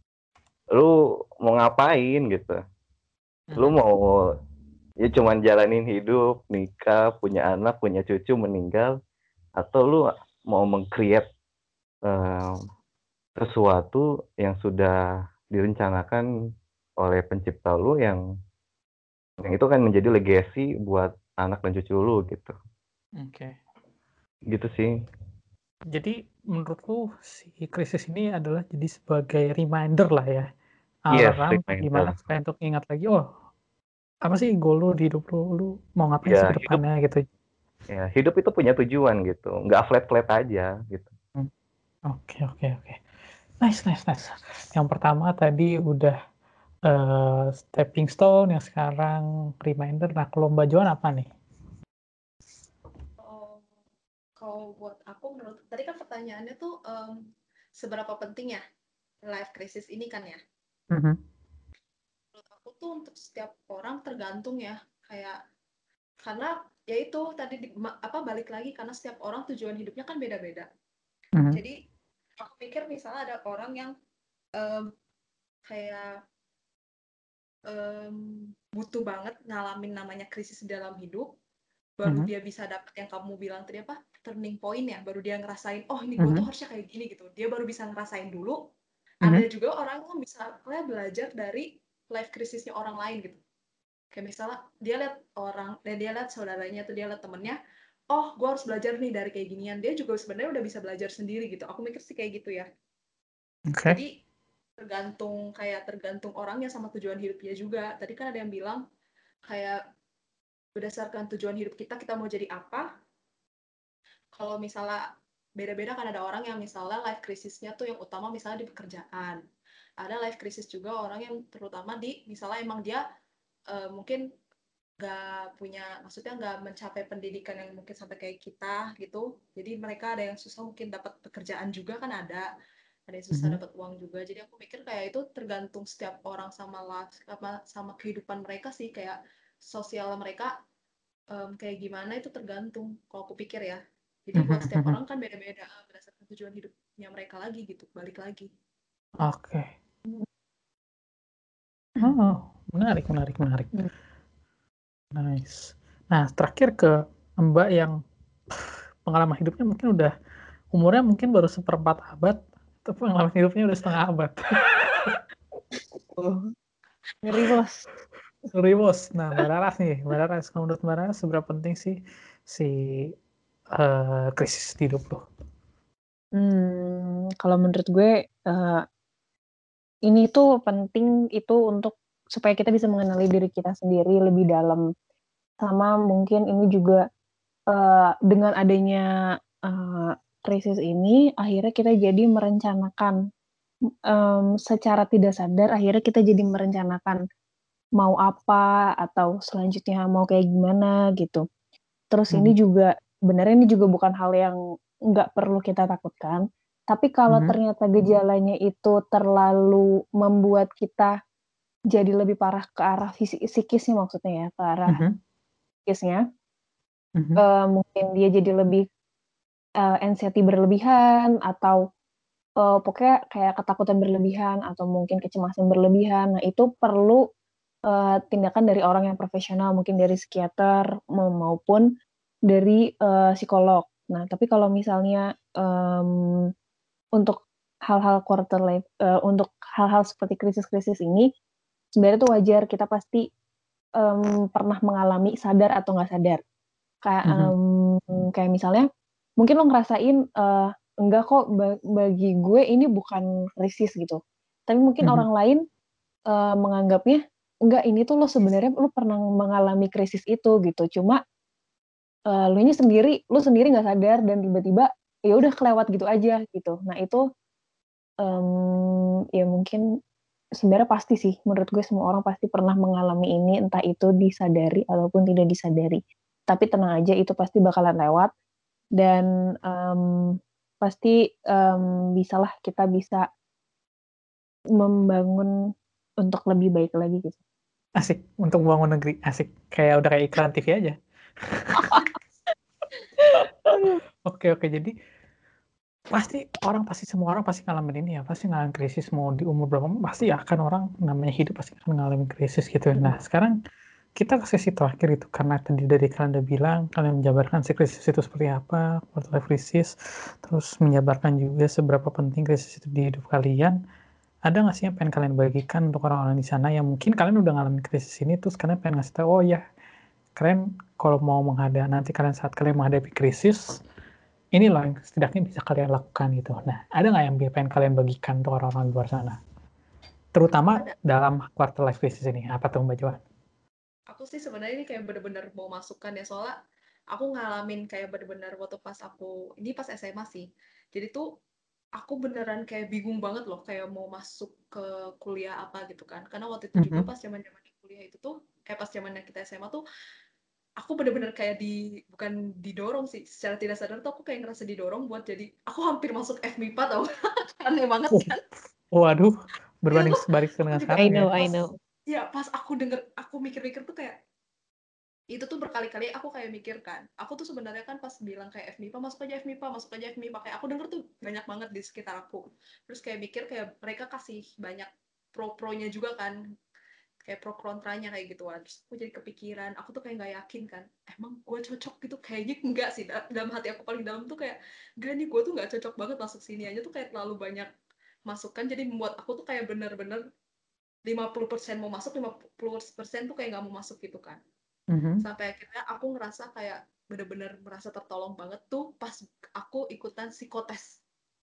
lu mau ngapain gitu. Lu Mhm. mau ya cuman jalanin hidup, nikah, punya anak, punya cucu, meninggal, atau lu mau meng-create eh, sesuatu yang sudah direncanakan oleh pencipta lu yang yang itu kan menjadi legacy buat anak dan cucu lu gitu. Oke. Gitu sih. Jadi menurut lu si krisis ini adalah jadi sebagai reminder lah ya, Yes, alarm gimana reminder. supaya untuk ingat lagi, oh apa sih goal lu di hidup lu, lu mau ngapain sih Ya, ke hidup depannya gitu. ya hidup itu punya tujuan gitu. Nggak flat-flat aja gitu. Hmm. Oke oke oke. Nice nice nice. Yang pertama tadi udah eh, stepping stone, yang sekarang reminder. Nah, kalau Mbak Joan apa nih? Oh, kalau buat aku menurut tadi kan pertanyaannya tuh em, seberapa penting ya life crisis ini kan ya? Mhm. Menurut aku tuh untuk setiap orang tergantung ya, kayak karena ya itu tadi di- ma- apa balik lagi karena setiap orang tujuan hidupnya kan beda-beda. Mhm. Jadi aku pikir misalnya ada orang yang em, kayak em, butuh banget ngalamin namanya krisis dalam hidup, baru Mhm. dia bisa dapet yang kamu bilang tadi apa turning point ya, baru dia ngerasain oh ini gue tuh Mhm. harusnya kayak gini gitu, dia baru bisa ngerasain dulu. Mhm. Ada juga orang yang bisa kayak belajar dari life krisisnya orang lain gitu, kayak misalnya dia lihat orang dan dia lihat saudaranya atau dia lihat temennya, oh gue harus belajar nih dari kayak ginian, dia juga sebenarnya udah bisa belajar sendiri gitu. Aku mikir sih kayak gitu ya. Oke. Jadi tergantung kayak tergantung orangnya sama tujuan hidupnya juga. Tadi kan ada yang bilang kayak berdasarkan tujuan hidup kita kita mau jadi apa. Kalau misalnya beda-beda kan, ada orang yang misalnya life krisisnya tuh yang utama misalnya di pekerjaan, ada life krisis juga orang yang terutama di misalnya emang dia uh, mungkin nggak punya, maksudnya nggak mencapai pendidikan yang mungkin sampai kayak kita gitu. Jadi mereka ada yang susah mungkin dapat pekerjaan juga kan ada, ada yang susah Mhm. dapat uang juga. Jadi aku mikir kayak itu tergantung setiap orang sama life, apa sama kehidupan mereka sih, kayak sosial mereka em, kayak gimana itu tergantung. Kalau aku pikir ya. Jadi buat setiap Mhm. orang kan beda-beda berdasarkan tujuan hidupnya mereka lagi gitu, balik lagi. Oke. Oh, menarik, menarik, menarik. Hmm. Nice. Nah, terakhir ke Mbak yang pengalaman hidupnya mungkin udah umurnya mungkin baru seperempat abad, tapi pengalaman hidupnya udah setengah abad. Oh, ngeri bos. Ngeri bos. Nah, Mbak Laras nih, Mbak Laras, kalau menurut Mbak Laras seberapa penting sih si eh, krisis di hidup lo? Hmm, kalau menurut gue eh, ini tuh penting itu untuk supaya kita bisa mengenali diri kita sendiri lebih dalam. Sama mungkin ini juga eh, dengan adanya eh, krisis ini, akhirnya kita jadi merencanakan em, secara tidak sadar, akhirnya kita jadi merencanakan mau apa atau selanjutnya mau kayak gimana gitu. Terus ini Mhm. juga sebenarnya ini juga bukan hal yang nggak perlu kita takutkan. Tapi kalau Mhm. ternyata gejalanya itu terlalu membuat kita jadi lebih parah ke arah fisi- psikisnya maksudnya ya, ke arah Mhm. psikisnya, Mhm. eh, mungkin dia jadi lebih eh, anxiety berlebihan atau eh, pokoknya kayak ketakutan berlebihan atau mungkin kecemasan berlebihan. Nah, itu perlu eh, tindakan dari orang yang profesional, mungkin dari psikiater ma- maupun dari eh, psikolog. Nah, tapi kalau misalnya em, untuk hal-hal quarter life, eh, untuk hal-hal seperti krisis-krisis ini, sebenarnya itu wajar. Kita pasti em, pernah mengalami sadar atau nggak sadar. Kayak Mhm. em, kayak misalnya, mungkin lo ngerasain eh, enggak kok ba- bagi gue ini bukan krisis gitu. Tapi mungkin Mhm. orang lain eh, menganggapnya enggak ini tuh lo sebenarnya lo pernah mengalami krisis itu gitu. Cuma eh, lo nya sendiri lo sendiri nggak sadar dan tiba-tiba ya udah kelewat gitu aja gitu. Nah itu em, ya mungkin sebenarnya pasti sih menurut gue semua orang pasti pernah mengalami ini entah itu disadari ataupun tidak disadari. Tapi tenang aja itu pasti bakalan lewat dan em, pasti em, bisalah kita bisa membangun untuk lebih baik lagi gitu. Asik untuk bangun negeri, asik. Kayak udah kayak iklan T V aja. Oke, oke. Jadi pasti orang pasti semua orang pasti ngalamin ini ya, pasti ngalamin krisis mau di umur berapa pasti akan orang namanya hidup pasti akan ngalamin krisis gitu. Nah, sekarang kita ke sesi terakhir itu karena tadi dari kalian udah bilang kalian menjabarkan si krisis itu seperti apa, quarter life crisis, terus menjabarkan juga seberapa penting krisis itu di hidup kalian. Ada nggak sih yang pengen kalian bagikan untuk orang-orang di sana yang mungkin kalian udah ngalamin krisis ini terus kalian pengen ngasih tahu, oh ya, kalian kalau mau menghadapi nanti kalian saat kalian menghadapi krisis ini loh yang setidaknya bisa kalian lakukan gitu. Nah, ada nggak yang pengen kalian bagikan untuk orang-orang di luar sana? Terutama Ada. dalam quarter life crisis ini. Apa tuh Mbak Joan? Aku sih sebenarnya ini kayak bener-bener mau masukkan ya, soalnya aku ngalamin kayak bener-bener waktu pas aku ini pas S M A sih. Jadi tuh aku beneran kayak bingung banget loh kayak mau masuk ke kuliah apa gitu kan. Karena waktu itu juga Mhm. pas zaman-zaman kuliah itu tuh kayak pas zamannya kita S M A tuh aku bener-bener kayak di bukan didorong sih, secara tidak sadar tuh aku kayak ngerasa didorong buat jadi aku hampir masuk F M I P A tau. Aneh banget Oh, kan. waduh, Itu berbanding tuh sebalik aku dengan juga sekarang I ya. know, I pas know. ya pas aku denger aku mikir-mikir tuh kayak itu tuh berkali-kali aku kayak mikir kan, aku tuh sebenarnya kan pas bilang kayak F M I P A masuk aja F M I P A masuk aja F M I P A, kayak aku denger tuh banyak banget di sekitar aku, terus kayak mikir kayak mereka kasih banyak pro-pronya juga kan, kayak pro kontranya kayak gitu, terus aku jadi kepikiran, aku tuh kayak nggak yakin kan emang gue cocok gitu, kayaknya enggak sih, dalam hati aku paling dalam tuh kayak enggak nih, gue tuh nggak cocok banget masuk sini aja, tuh kayak terlalu banyak masukan, jadi membuat aku tuh kayak bener-bener lima puluh persen mau masuk, lima puluh persen tuh kayak nggak mau masuk gitu kan. Mhm. Sampai akhirnya aku ngerasa kayak bener-bener merasa tertolong banget tuh pas aku ikutan psikotes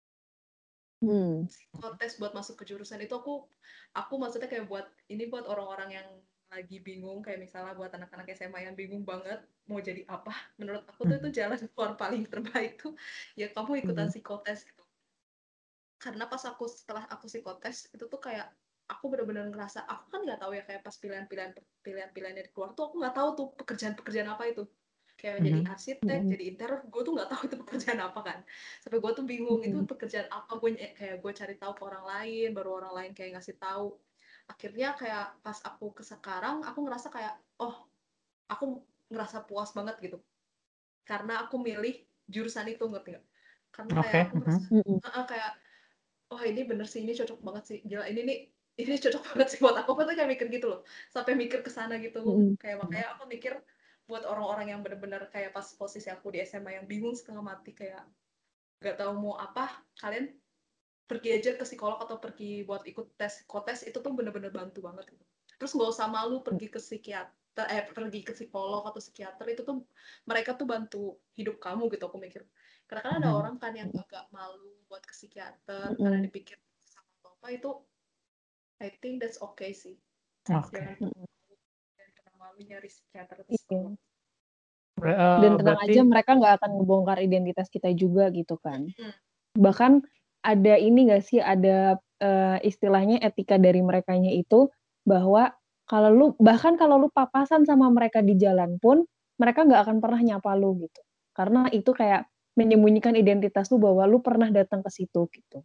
Hmm. psikotes buat masuk ke jurusan itu. aku aku maksudnya kayak buat ini buat orang-orang yang lagi bingung, kayak misalnya buat anak-anak S M A yang bingung banget mau jadi apa, menurut aku tuh itu Mhm. jalan keluar paling terbaik tuh ya kamu ikutan Hmm. psikotes gitu. Karena pas aku setelah aku psikotes itu tuh kayak aku benar-benar ngerasa aku kan nggak tahu ya kayak pas pilihan-pilihan pilihan-pilihannya keluar tuh aku nggak tahu tuh pekerjaan-pekerjaan apa itu kayak jadi Mhm. arsitek Mm-mm. jadi interior gue tuh nggak tahu itu pekerjaan apa kan sampai gue tuh bingung itu Mm-mm. pekerjaan apa gue ny- kayak gue cari tahu ke orang lain baru orang lain kayak ngasih tahu akhirnya kayak pas aku ke sekarang aku ngerasa kayak oh aku ngerasa puas banget gitu karena aku milih jurusan itu ngerti nggak karena kayak Oke. aku Mhm. merasa Mm-mm. "Ah, ah, kayak oh ini bener sih ini cocok banget sih gila ini nih ini cocok banget sih buat aku aku tuh kayak mikir gitu loh sampai mikir ke sana gitu Mm-mm. kayak makanya aku mikir buat orang-orang yang bener-bener kayak pas posisi aku di S M A yang bingung setengah mati kayak gak tahu mau apa kalian pergi aja ke psikolog atau pergi buat ikut tes psikotes itu tuh bener-bener bantu banget gitu. Terus nggak usah malu pergi ke psikiater eh pergi ke psikolog atau psikiater itu tuh mereka tuh bantu hidup kamu gitu aku mikir karena kan ada Mhm. orang kan yang agak malu buat ke psikiater karena Mm-mm. dipikir sama atau apa itu I think that's okay sih Oke. jangan Mm-mm. jangan pernah malu nyari psikiater atau Iya. psikolog. Ber- eh, Dan tenang berarti aja mereka nggak akan ngebongkar identitas kita juga gitu kan. Hmm. Bahkan ada ini nggak sih ada eh, istilahnya etika dari merekanya itu bahwa kalau lu bahkan kalau lu papasan sama mereka di jalan pun mereka nggak akan pernah nyapa lu gitu. Karena itu kayak menyembunyikan identitas lu bahwa lu pernah datang ke situ gitu.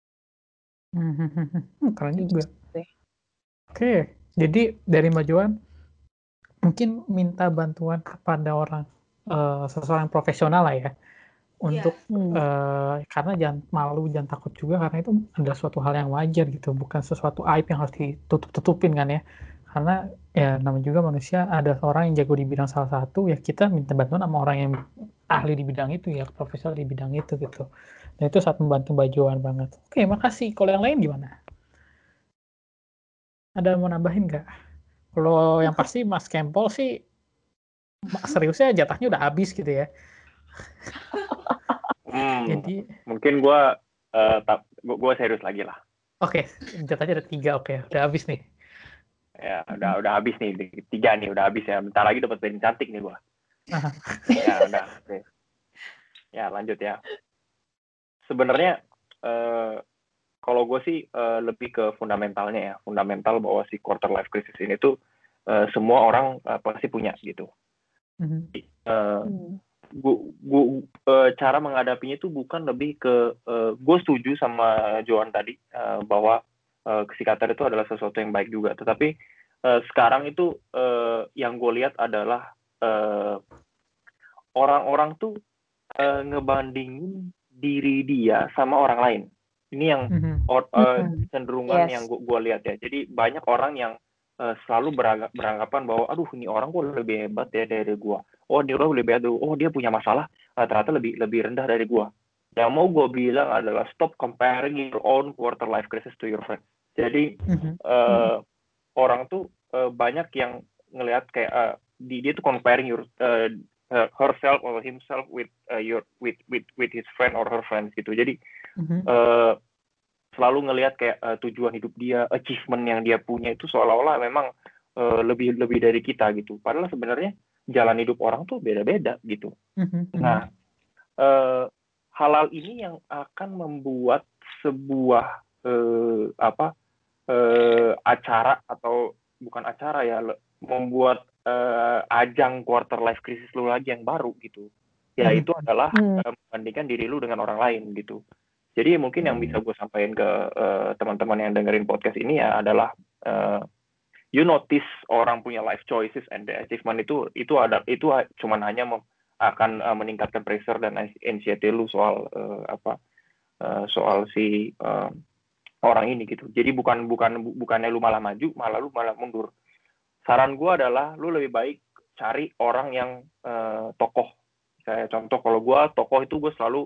Mhm. Keren Kayak juga. gitu deh. Oke, jadi dari Mbak Joan mungkin minta bantuan kepada orang eh, seseorang yang profesional lah ya Iya, untuk Hmm. eh, karena jangan malu jangan takut juga karena itu adalah suatu hal yang wajar gitu bukan sesuatu aib yang harus ditutup-tutupin kan ya karena ya namanya juga manusia ada orang yang jago di bidang salah satu ya kita minta bantuan sama orang yang ahli di bidang itu ya profesional di bidang itu gitu dan itu saat membantu Mbak Joan banget. Oke, makasih. Kalau yang lain gimana? Ada mau nambahin nggak? Kalau yang pasti Mas Kempol sih seriusnya jatahnya udah habis gitu ya. Hmm, Jadi mungkin gue uh, gue serius lagi lah. oke, jatahnya ada tiga, oke, udah habis nih. Ya udah udah habis nih tiga nih udah habis ya. Bentar lagi dapat band cantik nih gue. Aha. Ya udah. Oke. Ya lanjut ya. Sebenarnya uh, kalau gue sih uh, lebih ke fundamentalnya ya. Fundamental bahwa si quarter life crisis ini tuh uh, semua orang uh, pasti punya gitu. Mhm. Uh, Hmm. gua, gua, uh, cara menghadapinya itu bukan lebih ke uh, gue setuju sama Joan tadi uh, bahwa uh, psikiater itu adalah sesuatu yang baik juga tetapi uh, sekarang itu uh, yang gue lihat adalah uh, orang-orang tuh uh, ngebandingin diri dia sama orang lain ini yang Mhm. or, uh, Hmm. cenderungan Yes. yang gue lihat ya jadi banyak orang yang uh, selalu berangg- beranggapan bahwa aduh ini orang kok lebih hebat ya dari gue oh dia lebih hebat oh dia punya masalah uh, ternyata lebih lebih rendah dari gue yang mau gue bilang adalah stop comparing your own quarter life crisis to your friend jadi Mhm. uh, orang tuh uh, banyak yang ngelihat kayak uh, di, dia tuh comparing your uh, herself or himself with uh, your with with with his friend or her friends gitu jadi Mhm. uh, selalu ngelihat kayak uh, tujuan hidup dia achievement yang dia punya itu seolah-olah memang uh, lebih lebih dari kita gitu padahal sebenarnya jalan hidup orang tuh beda-beda gitu Mhm. nah uh, hal-hal ini yang akan membuat sebuah uh, apa uh, acara atau bukan acara ya membuat uh, ajang quarter life crisis lu lagi yang baru gitu ya Mhm. itu adalah Hmm. uh, membandingkan diri lu dengan orang lain gitu jadi mungkin yang bisa gue sampaikan ke uh, teman-teman yang dengerin podcast ini ya adalah uh, you notice orang punya life choices and the achievement itu itu ada itu cuman hanya mem, akan uh, meningkatkan pressure dan anxiety lu soal uh, apa uh, soal si uh, orang ini gitu. Jadi bukan bukan bukannya lu malah maju, malah lu malah mundur. Saran gue adalah lu lebih baik cari orang yang uh, tokoh. Kayak contoh kalau gue tokoh itu gue selalu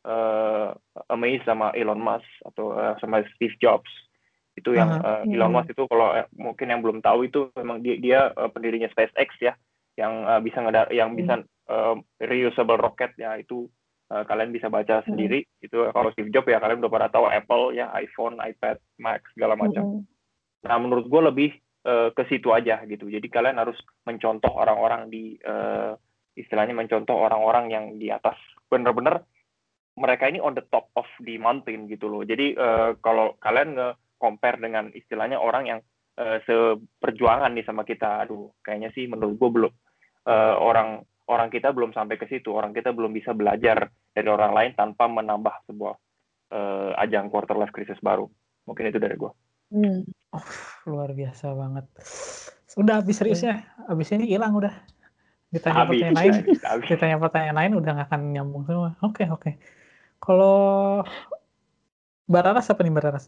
uh, amazed sama Elon Musk atau uh, sama Steve Jobs. Itu yang uh, Elon Musk itu kalau uh, mungkin yang belum tahu itu memang dia, dia uh, pendirinya SpaceX ya, yang uh, bisa ngedar yang bisa uh, reusable rocket ya itu uh, kalian bisa baca sendiri. Itu kalau Steve Jobs ya kalian udah pada tahu Apple ya, iPhone, iPad, Mac segala macam. Nah menurut gue lebih uh, ke situ aja gitu. Jadi kalian harus mencontoh orang-orang di uh, istilahnya mencontoh orang-orang yang di atas bener-bener mereka ini on the top of the mountain gitu loh. Jadi uh, kalau kalian nge compare dengan istilahnya orang yang uh, seperjuangan nih sama kita. Aduh, kayaknya sih menurut gue belum uh, orang orang kita belum sampai ke situ. Orang kita belum bisa belajar dari orang lain tanpa menambah sebuah uh, ajang quarter life crisis baru. Mungkin itu dari gue. Hmm. Oh, luar biasa banget. Udah habis seriusnya, habis ini hilang udah. Ditanya Habis, pertanyaan lain, habis, habis. ditanya pertanyaan lain udah nggak akan nyambung semua. Oke oke. Kalau Bararas apa nih Bararas?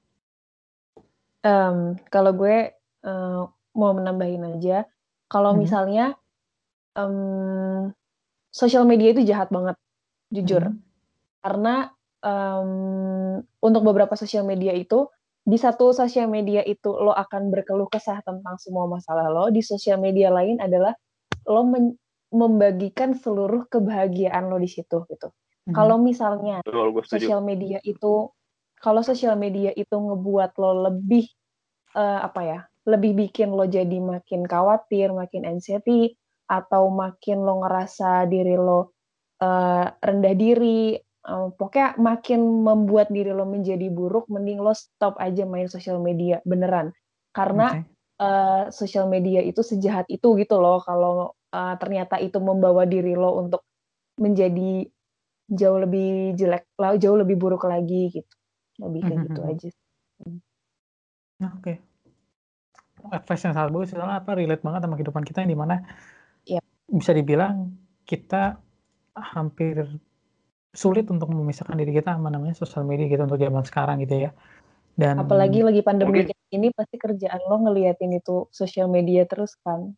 Um, kalau gue uh, mau menambahin aja, kalau Mhm. misalnya um, sosial media itu jahat banget, jujur. Mhm. Karena um, untuk beberapa sosial media itu, di satu sosial media itu lo akan berkeluh kesah tentang semua masalah lo, di sosial media lain adalah lo men- membagikan seluruh kebahagiaan lo di situ gitu. Mhm. Kalau misalnya Betul, gue setuju. sosial media itu, kalau sosial media itu ngebuat lo lebih uh, apa ya, lebih bikin lo jadi makin khawatir, makin anxiety, atau makin lo ngerasa diri lo uh, rendah diri, uh, pokoknya makin membuat diri lo menjadi buruk, mending lo stop aja main sosial media, beneran. Karena Oke. uh, sosial media itu sejahat itu gitu loh, kalau uh, ternyata itu membawa diri lo untuk menjadi jauh lebih jelek, jauh lebih buruk lagi gitu. Lebih kayak gitu aja. Nah, oke. Advice yang sangat bagus, soalnya apa relate banget sama kehidupan kita yang dimana Yap. bisa dibilang kita hampir sulit untuk memisahkan diri kita sama namanya sosial media gitu untuk zaman sekarang gitu ya. Dan Apalagi lagi pandemi mungkin- kayak ini, pasti kerjaan lo ngeliatin itu sosial media terus kan.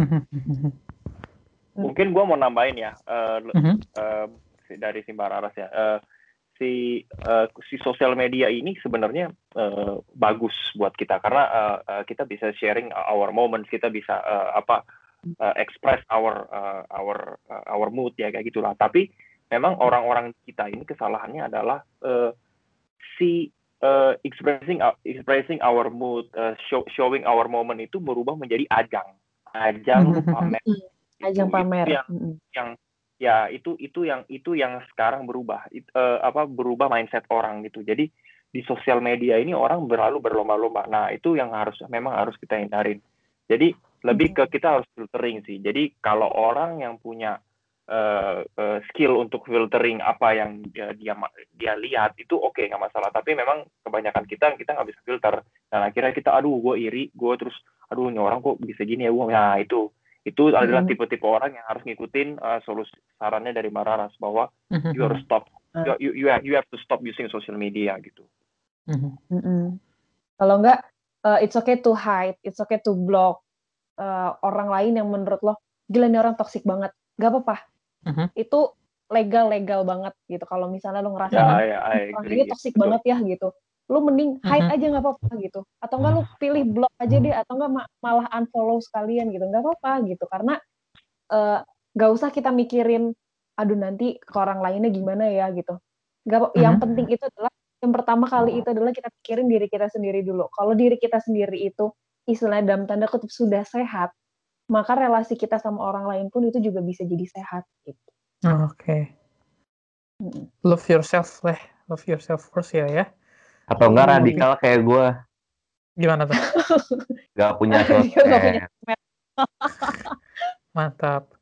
Mungkin gue mau nambahin ya uh, Mhm. uh, dari si Bararas ya. Uh, si uh, si sosial media ini sebenarnya uh, bagus buat kita karena uh, uh, kita bisa sharing our moments, kita bisa uh, apa uh, express our uh, our uh, our mood ya kayak gitulah. Tapi memang orang-orang kita ini kesalahannya adalah uh, si uh, expressing expressing our mood, uh, show, showing our moment itu berubah menjadi ajang, ajang lu pamer. Ajang itu, pamer. itu yang Mm-hmm. yang ya itu itu yang itu yang sekarang berubah It, uh, apa berubah mindset orang gitu. Jadi di sosial media ini orang berlalu berlomba-lomba. Nah itu yang harus memang harus kita hindarin. Jadi lebih ke kita harus filtering sih. Jadi kalau orang yang punya uh, uh, skill untuk filtering apa yang dia dia, dia lihat itu oke okay, nggak masalah. Tapi memang kebanyakan kita kita nggak bisa filter. Dan akhirnya kita aduh gue iri, gue terus aduh ini orang kok bisa gini ya gue. Nah itu itu adalah tipe-tipe orang yang harus ngikutin uh, solusi sarannya dari Bararas bahwa mm-hmm. you harus stop you, you you have, you have to stop using social media gitu. Mm-hmm. Kalau enggak uh, it's okay to hide, it's okay to block uh, orang lain yang menurut lo gila nih orang toksik banget, nggak apa-apa. Mm-hmm. Itu legal-legal banget gitu. Kalau misalnya lo ngerasa ya, ya, orang ini toksik banget ya gitu, lo mending hide Mm-hmm. aja nggak apa-apa gitu. Atau enggak lo pilih block aja deh, atau enggak ma- malah unfollow sekalian gitu, nggak apa-apa gitu. Karena nggak uh, usah kita mikirin, aduh nanti ke orang lainnya gimana ya gitu. Nggak, mm-hmm. Yang penting itu adalah yang pertama kali itu adalah kita pikirin diri kita sendiri dulu. Kalau diri kita sendiri itu istilahnya dalam tanda kutip sudah sehat, maka relasi kita sama orang lain pun itu juga bisa jadi sehat gitu. Oke. Okay. Mm-hmm. Love yourself lah, love yourself first ya ya. Atau enggak radikal kayak gue. Gimana tuh? Gak punya sosmed. Mantap.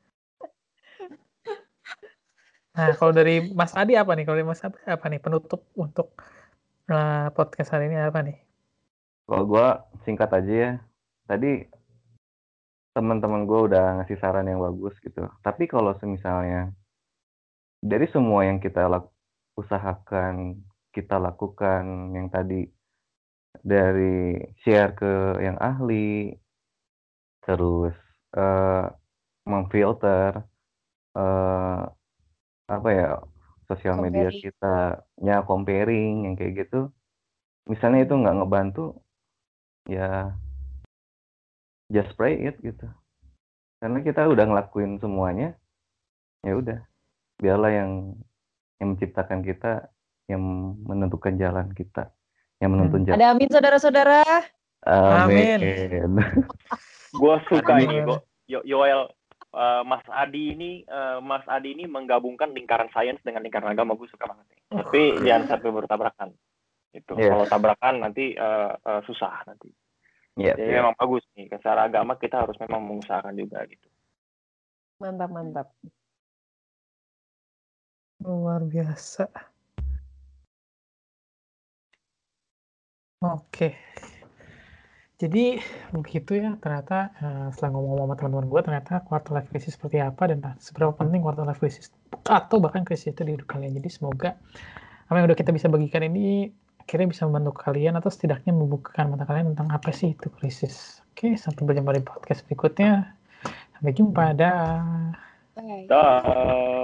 Nah, kalau dari Mas Adi apa nih? Kalau dari Mas Adi apa nih penutup untuk uh, podcast hari ini apa nih? Kalau gue singkat aja ya. Tadi teman-teman gue udah ngasih saran yang bagus gitu. Tapi kalau semisalnya dari semua yang kita lak- usahakan, kita lakukan yang tadi dari share ke yang ahli, terus uh, memfilter uh, apa ya sosial media kita, nya comparing yang kayak gitu. Misalnya itu nggak ngebantu, ya just pray it gitu. Karena kita udah ngelakuin semuanya, ya udah biarlah yang yang menciptakan kita, yang menentukan jalan kita, yang menuntun jalan. Ada amin saudara-saudara. Amin. Gue suka ini, gue Yoel, uh, Mas Adi ini, uh, Mas Adi ini menggabungkan lingkaran sains dengan lingkaran agama. Gue suka banget. Oh. Tapi jangan sampai bertabrakan. Itu Yes. kalau tabrakan nanti uh, uh, susah nanti. Iya, Jadi iya. memang bagus nih. Secara agama kita harus memang mengusahakan juga gitu. Mantap, mantap. Luar biasa. Oke. Jadi begitu ya ternyata uh, setelah ngomong sama teman-teman gue ternyata quarter life crisis seperti apa dan seberapa penting quarter life crisis atau bahkan krisis itu di hidup kalian. Jadi semoga apa yang udah kita bisa bagikan ini akhirnya bisa membantu kalian atau setidaknya membukakan mata kalian tentang apa sih itu krisis. Oke, sampai berjumpa di podcast berikutnya. Sampai jumpa, dah. Bye. Dah.